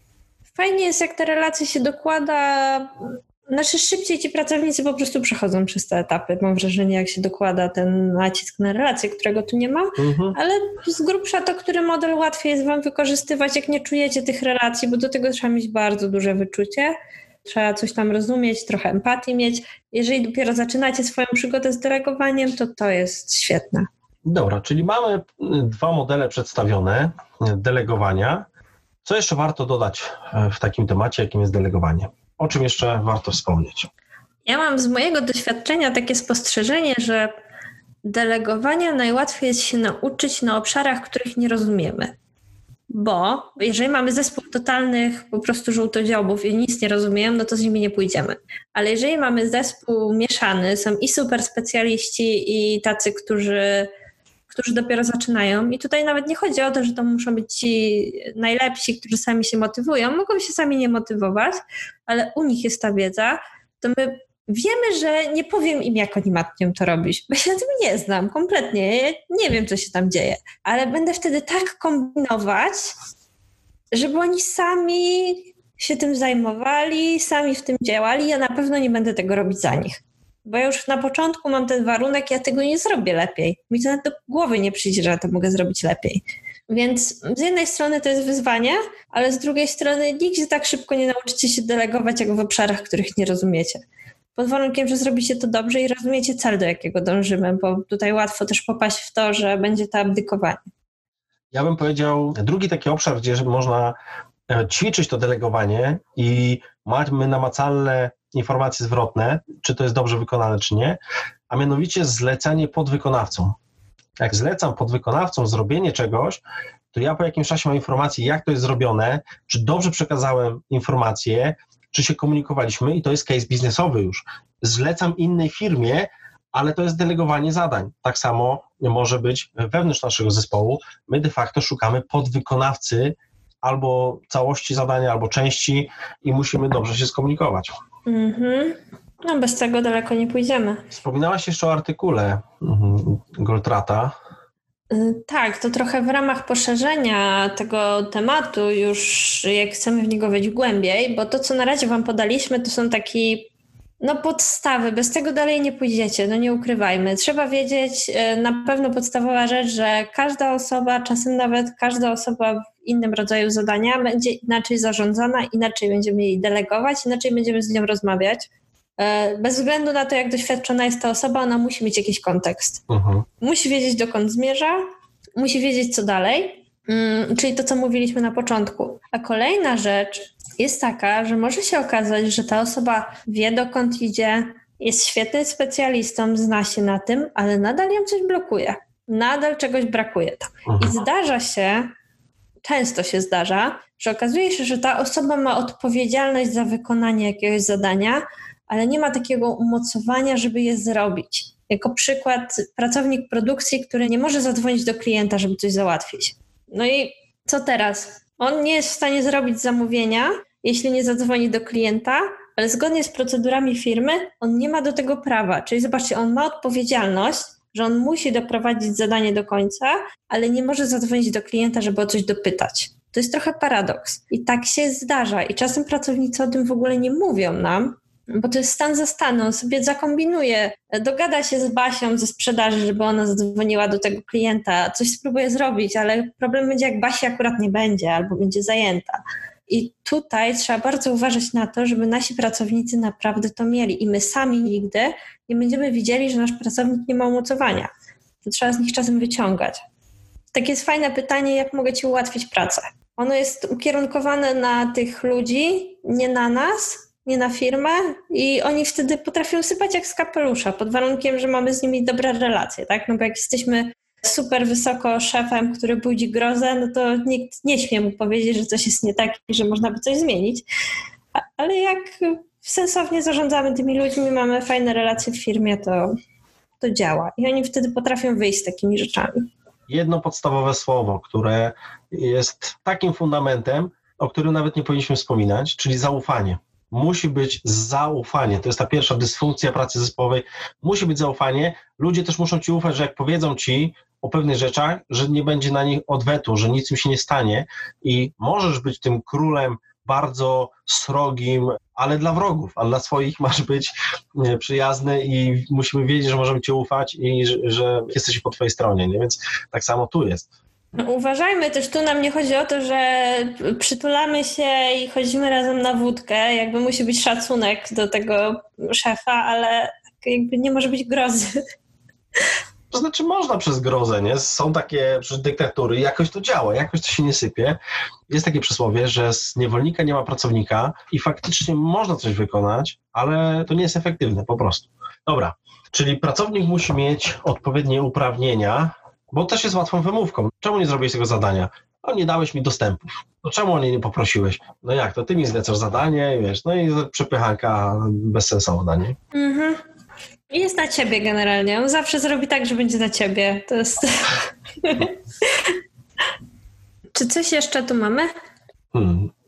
Fajnie jest, jak te relacje się dokłada, znaczy szybciej ci pracownicy po prostu przechodzą przez te etapy, mam wrażenie, jak się dokłada ten nacisk na relacje, którego tu nie ma, mhm. ale z grubsza to, który model łatwiej jest wam wykorzystywać, jak nie czujecie tych relacji, bo do tego trzeba mieć bardzo duże wyczucie. Trzeba coś tam rozumieć, trochę empatii mieć. Jeżeli dopiero zaczynacie swoją przygodę z delegowaniem, to to jest świetne. Dobra, czyli mamy dwa modele przedstawione delegowania. Co jeszcze warto dodać w takim temacie, jakim jest delegowanie? O czym jeszcze warto wspomnieć? Ja mam z mojego doświadczenia takie spostrzeżenie, że delegowania najłatwiej jest się nauczyć na obszarach, których nie rozumiemy. Bo jeżeli mamy zespół totalnych po prostu żółtodziobów i nic nie rozumieją, no to z nimi nie pójdziemy. Ale jeżeli mamy zespół mieszany, są i super specjaliści i tacy, którzy, którzy dopiero zaczynają i tutaj nawet nie chodzi o to, że to muszą być ci najlepsi, którzy sami się motywują, mogą się sami nie motywować, ale u nich jest ta wiedza, to my wiemy, że nie powiem im, jak oni mają to robić, bo się na tym nie znam kompletnie. Ja nie wiem, co się tam dzieje, ale będę wtedy tak kombinować, żeby oni sami się tym zajmowali, sami w tym działali. Ja na pewno nie będę tego robić za nich. Bo ja już na początku mam ten warunek, ja tego nie zrobię lepiej. Mi to nawet do głowy nie przyjdzie, że ja to mogę zrobić lepiej. Więc z jednej strony to jest wyzwanie, ale z drugiej strony nigdzie tak szybko nie nauczycie się delegować, jak w obszarach, których nie rozumiecie. Pod warunkiem, że zrobicie to dobrze i rozumiecie cel, do jakiego dążymy, bo tutaj łatwo też popaść w to, że będzie to abdykowanie. Ja bym powiedział, drugi taki obszar, gdzie można ćwiczyć to delegowanie i mamy namacalne informacje zwrotne, czy to jest dobrze wykonane, czy nie, a mianowicie zlecenie podwykonawcom. Jak zlecam podwykonawcom zrobienie czegoś, to ja po jakimś czasie mam informację, jak to jest zrobione, czy dobrze przekazałem informacje, czy się komunikowaliśmy i to jest case biznesowy już. Zlecam innej firmie, ale to jest delegowanie zadań. Tak samo może być wewnątrz naszego zespołu. My de facto szukamy podwykonawcy albo całości zadania, albo części i musimy dobrze się skomunikować. Mhm. No bez tego daleko nie pójdziemy. Wspominałaś jeszcze o artykule mhm, Goldrata. Tak, to trochę w ramach poszerzenia tego tematu już jak chcemy w niego wejść głębiej, bo to, co na razie wam podaliśmy, to są takie no podstawy, bez tego dalej nie pójdziecie, no nie ukrywajmy. Trzeba wiedzieć, na pewno podstawowa rzecz, że każda osoba, czasem nawet każda osoba w innym rodzaju zadania będzie inaczej zarządzana, inaczej będziemy jej delegować, inaczej będziemy z nią rozmawiać. Bez względu na to, jak doświadczona jest ta osoba, ona musi mieć jakiś kontekst. Uh-huh. Musi wiedzieć, dokąd zmierza, musi wiedzieć, co dalej, hmm, czyli to, co mówiliśmy na początku. A kolejna rzecz jest taka, że może się okazać, że ta osoba wie, dokąd idzie, jest świetnym specjalistą, zna się na tym, ale nadal ją coś blokuje. Nadal czegoś brakuje tam. Uh-huh. I zdarza się, często się zdarza, że okazuje się, że ta osoba ma odpowiedzialność za wykonanie jakiegoś zadania, ale nie ma takiego umocowania, żeby je zrobić. Jako przykład pracownik produkcji, który nie może zadzwonić do klienta, żeby coś załatwić. No i co teraz? On nie jest w stanie zrobić zamówienia, jeśli nie zadzwoni do klienta, ale zgodnie z procedurami firmy on nie ma do tego prawa. Czyli zobaczcie, on ma odpowiedzialność, że on musi doprowadzić zadanie do końca, ale nie może zadzwonić do klienta, żeby o coś dopytać. To jest trochę paradoks. I tak się zdarza. I czasem pracownicy o tym w ogóle nie mówią nam, bo to jest stan za stanem, on sobie zakombinuje, dogada się z Basią ze sprzedaży, żeby ona zadzwoniła do tego klienta, coś spróbuje zrobić, ale problem będzie, jak Basi akurat nie będzie albo będzie zajęta. I tutaj trzeba bardzo uważać na to, żeby nasi pracownicy naprawdę to mieli i my sami nigdy nie będziemy widzieli, że nasz pracownik nie ma umocowania. To trzeba z nich czasem wyciągać. Takie jest fajne pytanie, jak mogę ci ułatwić pracę. Ono jest ukierunkowane na tych ludzi, nie na nas, nie na firmę i oni wtedy potrafią sypać jak z kapelusza, pod warunkiem, że mamy z nimi dobre relacje, tak? No bo jak jesteśmy super wysoko szefem, który budzi grozę, no to nikt nie śmie mu powiedzieć, że coś jest nie tak i że można by coś zmienić. Ale jak sensownie zarządzamy tymi ludźmi, mamy fajne relacje w firmie, to, to działa. I oni wtedy potrafią wyjść z takimi rzeczami. Jedno podstawowe słowo, które jest takim fundamentem, o którym nawet nie powinniśmy wspominać, czyli zaufanie. Musi być zaufanie. To jest ta pierwsza dysfunkcja pracy zespołowej. Musi być zaufanie. Ludzie też muszą ci ufać, że jak powiedzą ci o pewnych rzeczach, że nie będzie na nich odwetu, że nic im się nie stanie i możesz być tym królem bardzo srogim, ale dla wrogów, a dla swoich masz być przyjazny i musimy wiedzieć, że możemy ci ufać i że, że jesteśmy po twojej stronie, nie? Więc tak samo tu jest. No, uważajmy też, tu nam nie chodzi o to, że przytulamy się i chodzimy razem na wódkę, jakby musi być szacunek do tego szefa, ale jakby nie może być grozy. To znaczy można przez grozę, nie? Są takie przecież dyktatury i jakoś to działa, jakoś to się nie sypie. Jest takie przysłowie, że z niewolnika nie ma pracownika i faktycznie można coś wykonać, ale to nie jest efektywne po prostu. Dobra, czyli pracownik musi mieć odpowiednie uprawnienia, bo też jest łatwą wymówką. Czemu nie zrobiłeś tego zadania? No nie dałeś mi dostępów. No czemu o nie nie poprosiłeś? No jak, to ty mi zlecasz zadanie, wiesz, no i przepychanka bezsensowna, nie? Mhm. Jest na ciebie generalnie. On zawsze zrobi tak, że będzie na ciebie. To jest... Czy coś jeszcze tu mamy? Hmm.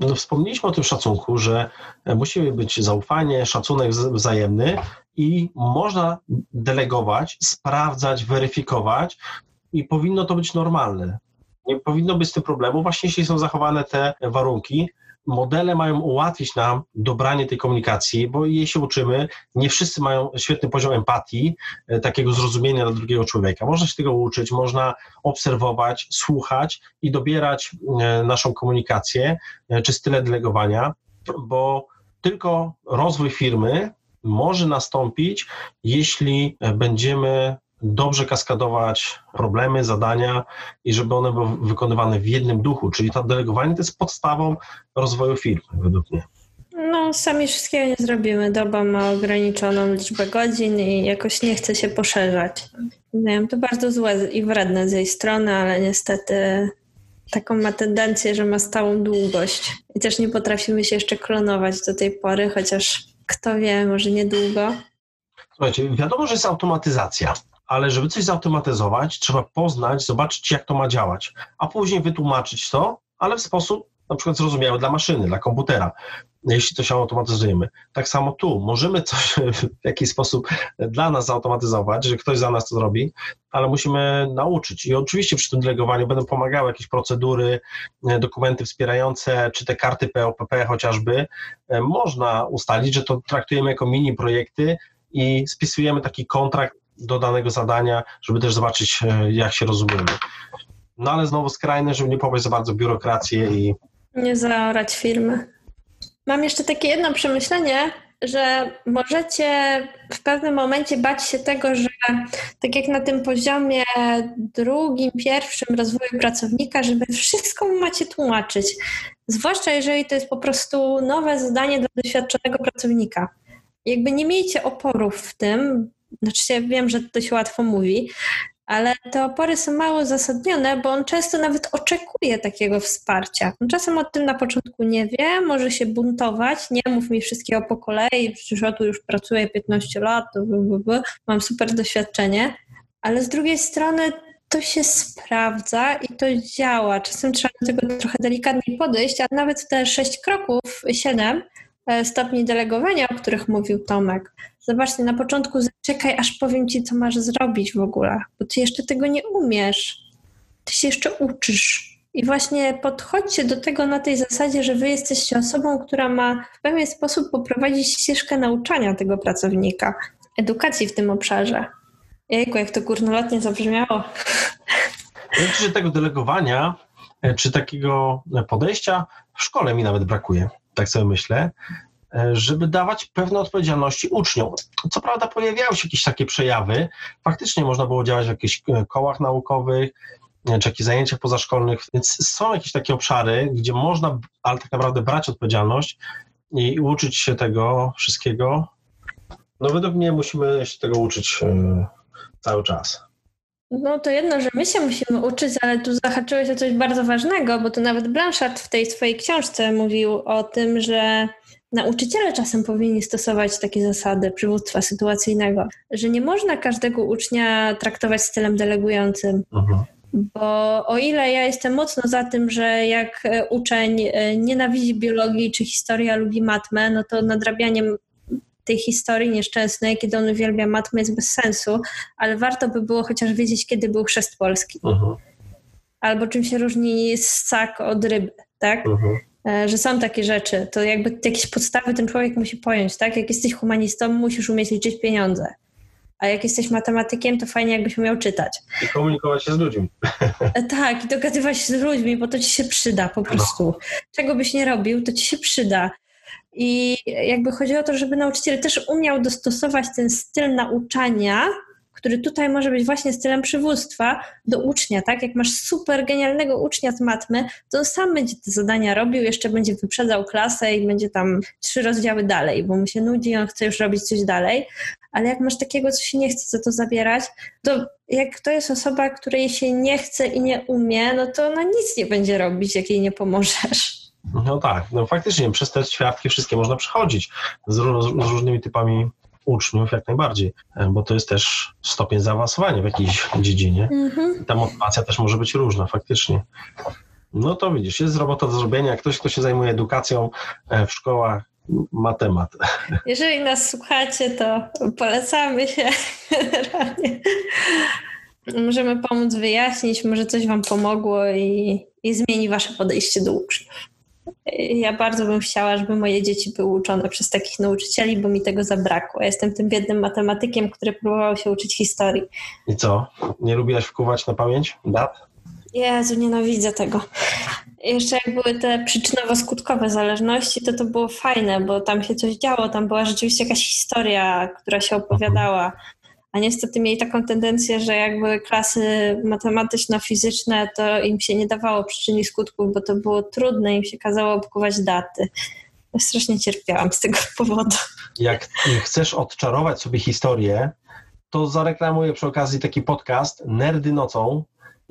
No, wspomnieliśmy o tym szacunku, że musi być zaufanie, szacunek wzajemny i można delegować, sprawdzać, weryfikować i powinno to być normalne. Nie powinno być z tym problemu, właśnie jeśli są zachowane te warunki. Modele mają ułatwić nam dobranie tej komunikacji, bo jej się uczymy. Nie wszyscy mają świetny poziom empatii, takiego zrozumienia dla drugiego człowieka. Można się tego uczyć, można obserwować, słuchać i dobierać naszą komunikację czy style delegowania, bo tylko rozwój firmy może nastąpić, jeśli będziemy dobrze kaskadować problemy, zadania i żeby one były wykonywane w jednym duchu, czyli to delegowanie to jest podstawą rozwoju firmy, według mnie. No, sami wszystkiego nie zrobimy. Doba ma ograniczoną liczbę godzin i jakoś nie chce się poszerzać. Nie wiem, to bardzo złe i wredne z jej strony, ale niestety taką ma tendencję, że ma stałą długość. I też nie potrafimy się jeszcze klonować do tej pory, chociaż kto wie, może niedługo. Słuchajcie, wiadomo, że jest automatyzacja, ale żeby coś zautomatyzować, trzeba poznać, zobaczyć, jak to ma działać, a później wytłumaczyć to, ale w sposób na przykład zrozumiały dla maszyny, dla komputera, jeśli to się automatyzujemy. Tak samo tu, możemy coś w jakiś sposób dla nas zautomatyzować, że ktoś za nas to zrobi, ale musimy nauczyć. I oczywiście przy tym delegowaniu będą pomagały jakieś procedury, dokumenty wspierające, czy te karty P O P P chociażby. Można ustalić, że to traktujemy jako mini projekty i spisujemy taki kontrakt do danego zadania, żeby też zobaczyć, jak się rozumiemy. No ale znowu skrajne, żeby nie popaść za bardzo w biurokrację i... Nie zaorać firmy. Mam jeszcze takie jedno przemyślenie, że możecie w pewnym momencie bać się tego, że tak jak na tym poziomie drugim, pierwszym rozwoju pracownika, że wy wszystko macie tłumaczyć. Zwłaszcza jeżeli to jest po prostu nowe zadanie dla doświadczonego pracownika. Jakby nie miejcie oporów w tym, znaczy ja wiem, że to się łatwo mówi, ale te opory są mało uzasadnione, bo on często nawet oczekuje takiego wsparcia. On czasem o tym na początku nie wie, może się buntować, nie mów mi wszystkiego po kolei, przecież ja tu już pracuję piętnaście lat, to b, b, b, mam super doświadczenie, ale z drugiej strony to się sprawdza i to działa. Czasem trzeba do tego trochę delikatniej podejść, a nawet te sześć kroków, siedem stopni delegowania, o których mówił Tomek. Zobaczcie, na początku zaczekaj, aż powiem ci, co masz zrobić w ogóle, bo ty jeszcze tego nie umiesz. Ty się jeszcze uczysz. I właśnie podchodźcie do tego na tej zasadzie, że wy jesteście osobą, która ma w pewien sposób poprowadzić ścieżkę nauczania tego pracownika, edukacji w tym obszarze. Jejku, jak to górnolotnie zabrzmiało. Znaczy, że tego delegowania, czy takiego podejścia w szkole mi nawet brakuje, tak sobie myślę, żeby dawać pewne odpowiedzialności uczniom. Co prawda pojawiały się jakieś takie przejawy, faktycznie można było działać w jakichś kołach naukowych, czy jakichś zajęciach pozaszkolnych, więc są jakieś takie obszary, gdzie można, ale tak naprawdę brać odpowiedzialność i uczyć się tego wszystkiego. No według mnie musimy się tego uczyć cały czas. No to jedno, że my się musimy uczyć, ale tu zahaczyłeś o coś bardzo ważnego, bo tu nawet Blanchard w tej swojej książce mówił o tym, że nauczyciele czasem powinni stosować takie zasady przywództwa sytuacyjnego, że nie można każdego ucznia traktować stylem delegującym. Mhm. Bo o ile ja jestem mocno za tym, że jak uczeń nienawidzi biologii czy historii, a lubi matmę, no to nadrabianiem tej historii nieszczęsnej, kiedy on uwielbia matmę, jest bez sensu, ale warto by było chociaż wiedzieć, kiedy był chrzest Polski. Uh-huh. Albo czym się różni ssak od ryby, tak? Uh-huh. Że są takie rzeczy. To jakby jakieś podstawy ten człowiek musi pojąć, tak? Jak jesteś humanistą, musisz umieć liczyć pieniądze. A jak jesteś matematykiem, to fajnie jakbyś umiał czytać. I komunikować się z ludźmi. Tak, i dogadywać się z ludźmi, bo to ci się przyda po prostu. No. Czego byś nie robił, to ci się przyda. I jakby chodzi o to, żeby nauczyciel też umiał dostosować ten styl nauczania, który tutaj może być właśnie stylem przywództwa, do ucznia, tak? Jak masz super genialnego ucznia z matmy, to on sam będzie te zadania robił, jeszcze będzie wyprzedzał klasę i będzie tam trzy rozdziały dalej, bo mu się nudzi i on chce już robić coś dalej. Ale jak masz takiego, co się nie chce za to zabierać, to jak to jest osoba, której się nie chce i nie umie, no to ona nic nie będzie robić, jak jej nie pomożesz. No tak, no faktycznie przez te ćwiartki wszystkie można przechodzić z, z, z różnymi typami uczniów jak najbardziej, bo to jest też stopień zaawansowania w jakiejś dziedzinie. Mm-hmm. Ta motywacja też może być różna faktycznie. No to widzisz, jest robota do zrobienia. Ktoś, kto się zajmuje edukacją w szkołach, ma temat. Jeżeli nas słuchacie, to polecamy się generalnie. Możemy pomóc wyjaśnić, może coś wam pomogło i, i zmieni wasze podejście do uczniów. Ja bardzo bym chciała, żeby moje dzieci były uczone przez takich nauczycieli, bo mi tego zabrakło. Ja jestem tym biednym matematykiem, który próbował się uczyć historii. I co? Nie lubiłaś wkuwać na pamięć dat? Jezu, nienawidzę tego. Jeszcze jak były te przyczynowo-skutkowe zależności, to to było fajne, bo tam się coś działo, tam była rzeczywiście jakaś historia, która się opowiadała. A niestety mieli taką tendencję, że jak były klasy matematyczno-fizyczne, to im się nie dawało przyczyn i skutków, bo to było trudne, im się kazało obkuwać daty. Ja strasznie cierpiałam z tego powodu. Jak chcesz odczarować sobie historię, to zareklamuję przy okazji taki podcast Nerdy nocą.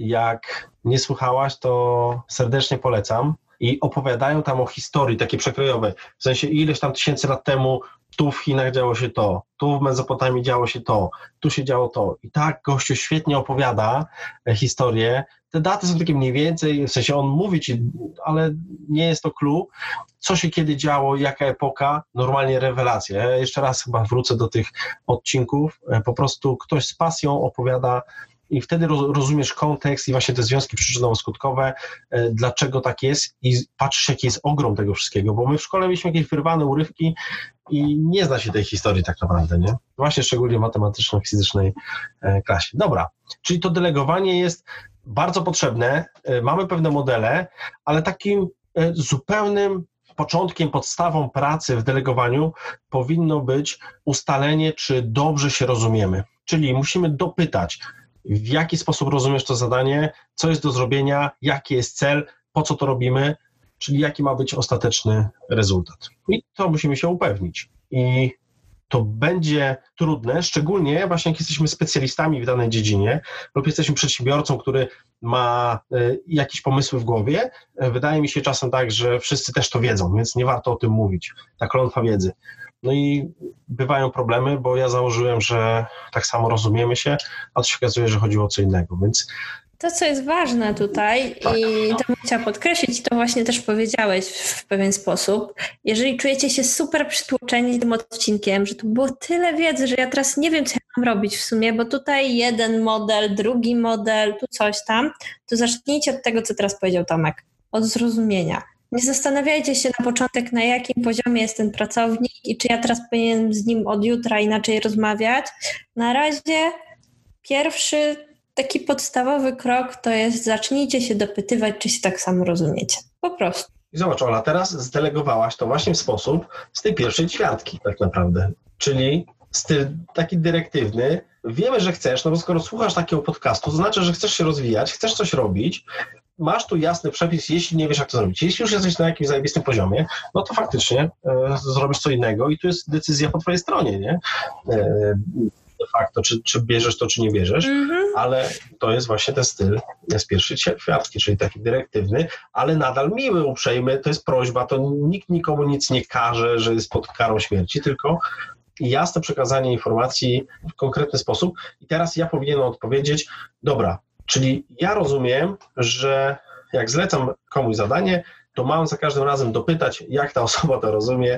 Jak nie słuchałaś, to serdecznie polecam. I opowiadają tam o historii, takie przekrojowe. W sensie ileś tam tysięcy lat temu tu w Chinach działo się to, tu w Mezopotamii działo się to, tu się działo to. I tak gościu świetnie opowiada historię. Te daty są takie mniej więcej, w sensie on mówi ci, ale nie jest to clue, co się kiedy działo, jaka epoka, normalnie rewelacja. Ja jeszcze raz chyba wrócę do tych odcinków. Po prostu ktoś z pasją opowiada i wtedy rozumiesz kontekst i właśnie te związki przyczynowo-skutkowe, dlaczego tak jest i patrzysz, jaki jest ogrom tego wszystkiego, bo my w szkole mieliśmy jakieś wyrwane urywki i nie zna się tej historii tak naprawdę, nie? Właśnie szczególnie w matematyczno-fizycznej klasie. Dobra, czyli to delegowanie jest bardzo potrzebne, mamy pewne modele, ale takim zupełnym początkiem, podstawą pracy w delegowaniu powinno być ustalenie, czy dobrze się rozumiemy. Czyli musimy dopytać, w jaki sposób rozumiesz to zadanie, co jest do zrobienia, jaki jest cel, po co to robimy, czyli jaki ma być ostateczny rezultat. I to musimy się upewnić. I to będzie trudne, szczególnie właśnie jak jesteśmy specjalistami w danej dziedzinie lub jesteśmy przedsiębiorcą, który ma y, jakieś pomysły w głowie. Wydaje mi się czasem tak, że wszyscy też to wiedzą, więc nie warto o tym mówić. Ta klątwa wiedzy. No i bywają problemy, bo ja założyłem, że tak samo rozumiemy się, a to się okazuje, że chodziło o co innego, więc... To, co jest ważne tutaj tak. I to bym chciała podkreślić, to właśnie też powiedziałeś w pewien sposób. Jeżeli czujecie się super przytłoczeni tym odcinkiem, że tu było tyle wiedzy, że ja teraz nie wiem, co ja mam robić w sumie, bo tutaj jeden model, drugi model, tu coś tam, to zacznijcie od tego, co teraz powiedział Tomek, od zrozumienia. Nie zastanawiajcie się na początek, na jakim poziomie jest ten pracownik i czy ja teraz powinienem z nim od jutra inaczej rozmawiać. Na razie pierwszy taki podstawowy krok to jest zacznijcie się dopytywać, czy się tak samo rozumiecie. Po prostu. I zobacz, Ola, teraz zdelegowałaś to właśnie w sposób z tej pierwszej ćwiartki tak naprawdę. Czyli styl taki dyrektywny. Wiemy, że chcesz, no bo skoro słuchasz takiego podcastu, to znaczy, że chcesz się rozwijać, chcesz coś robić, masz tu jasny przepis, jeśli nie wiesz, jak to zrobić. Jeśli już jesteś na jakimś zajebistym poziomie, no to faktycznie e, zrobisz co innego i tu jest decyzja po twojej stronie, nie? E, de facto, czy, czy bierzesz to, czy nie bierzesz, mm-hmm. ale to jest właśnie ten styl z pierwszej ćwiartki, czyli taki dyrektywny, ale nadal miły, uprzejmy, to jest prośba, to nikt nikomu nic nie każe, że jest pod karą śmierci, tylko jasne przekazanie informacji w konkretny sposób i teraz ja powinienem odpowiedzieć, dobra, czyli ja rozumiem, że jak zlecam komuś zadanie, to mam za każdym razem dopytać, jak ta osoba to rozumie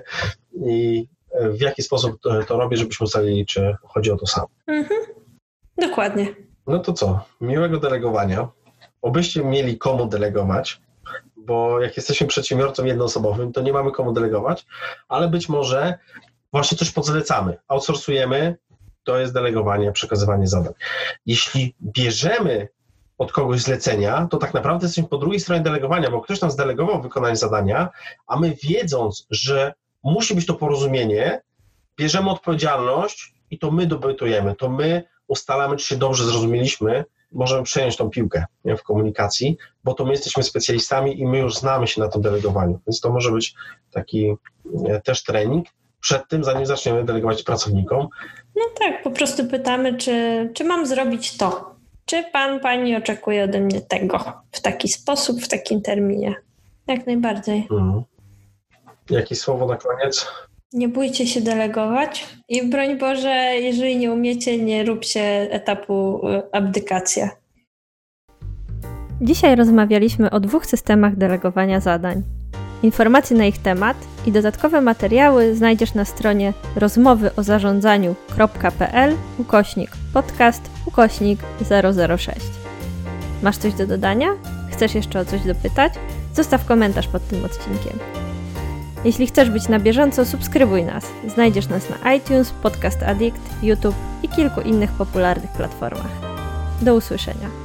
i w jaki sposób to, to robię, żebyśmy ustalili, czy chodzi o to samo. Mhm. Dokładnie. No to co? Miłego delegowania. Obyście mieli komu delegować, bo jak jesteśmy przedsiębiorcą jednoosobowym, to nie mamy komu delegować, ale być może właśnie coś podzlecamy, outsourcujemy, to jest delegowanie, przekazywanie zadań. Jeśli bierzemy od kogoś zlecenia, to tak naprawdę jesteśmy po drugiej stronie delegowania, bo ktoś nam zdelegował wykonanie zadania, a my wiedząc, że musi być to porozumienie, bierzemy odpowiedzialność i to my dopytujemy, to my ustalamy, czy się dobrze zrozumieliśmy, możemy przejąć tą piłkę, nie, w komunikacji, bo to my jesteśmy specjalistami i my już znamy się na tym delegowaniu, więc to może być taki nie, też trening przed tym, zanim zaczniemy delegować pracownikom. No tak, po prostu pytamy, czy, czy mam zrobić to, czy pan, pani oczekuje ode mnie tego w taki sposób, w takim terminie. Jak najbardziej. Mhm. Jakieś słowo na koniec? Nie bójcie się delegować i broń Boże, jeżeli nie umiecie, nie róbcie etapu abdykacja. Dzisiaj rozmawialiśmy o dwóch systemach delegowania zadań. Informacje na ich temat i dodatkowe materiały znajdziesz na stronie rozmowyozarządzaniu.pl ukośnik podcast ukośnik zero zero sześć. Masz coś do dodania? Chcesz jeszcze o coś dopytać? Zostaw komentarz pod tym odcinkiem. Jeśli chcesz być na bieżąco, subskrybuj nas. Znajdziesz nas na iTunes, Podcast Addict, YouTube i kilku innych popularnych platformach. Do usłyszenia.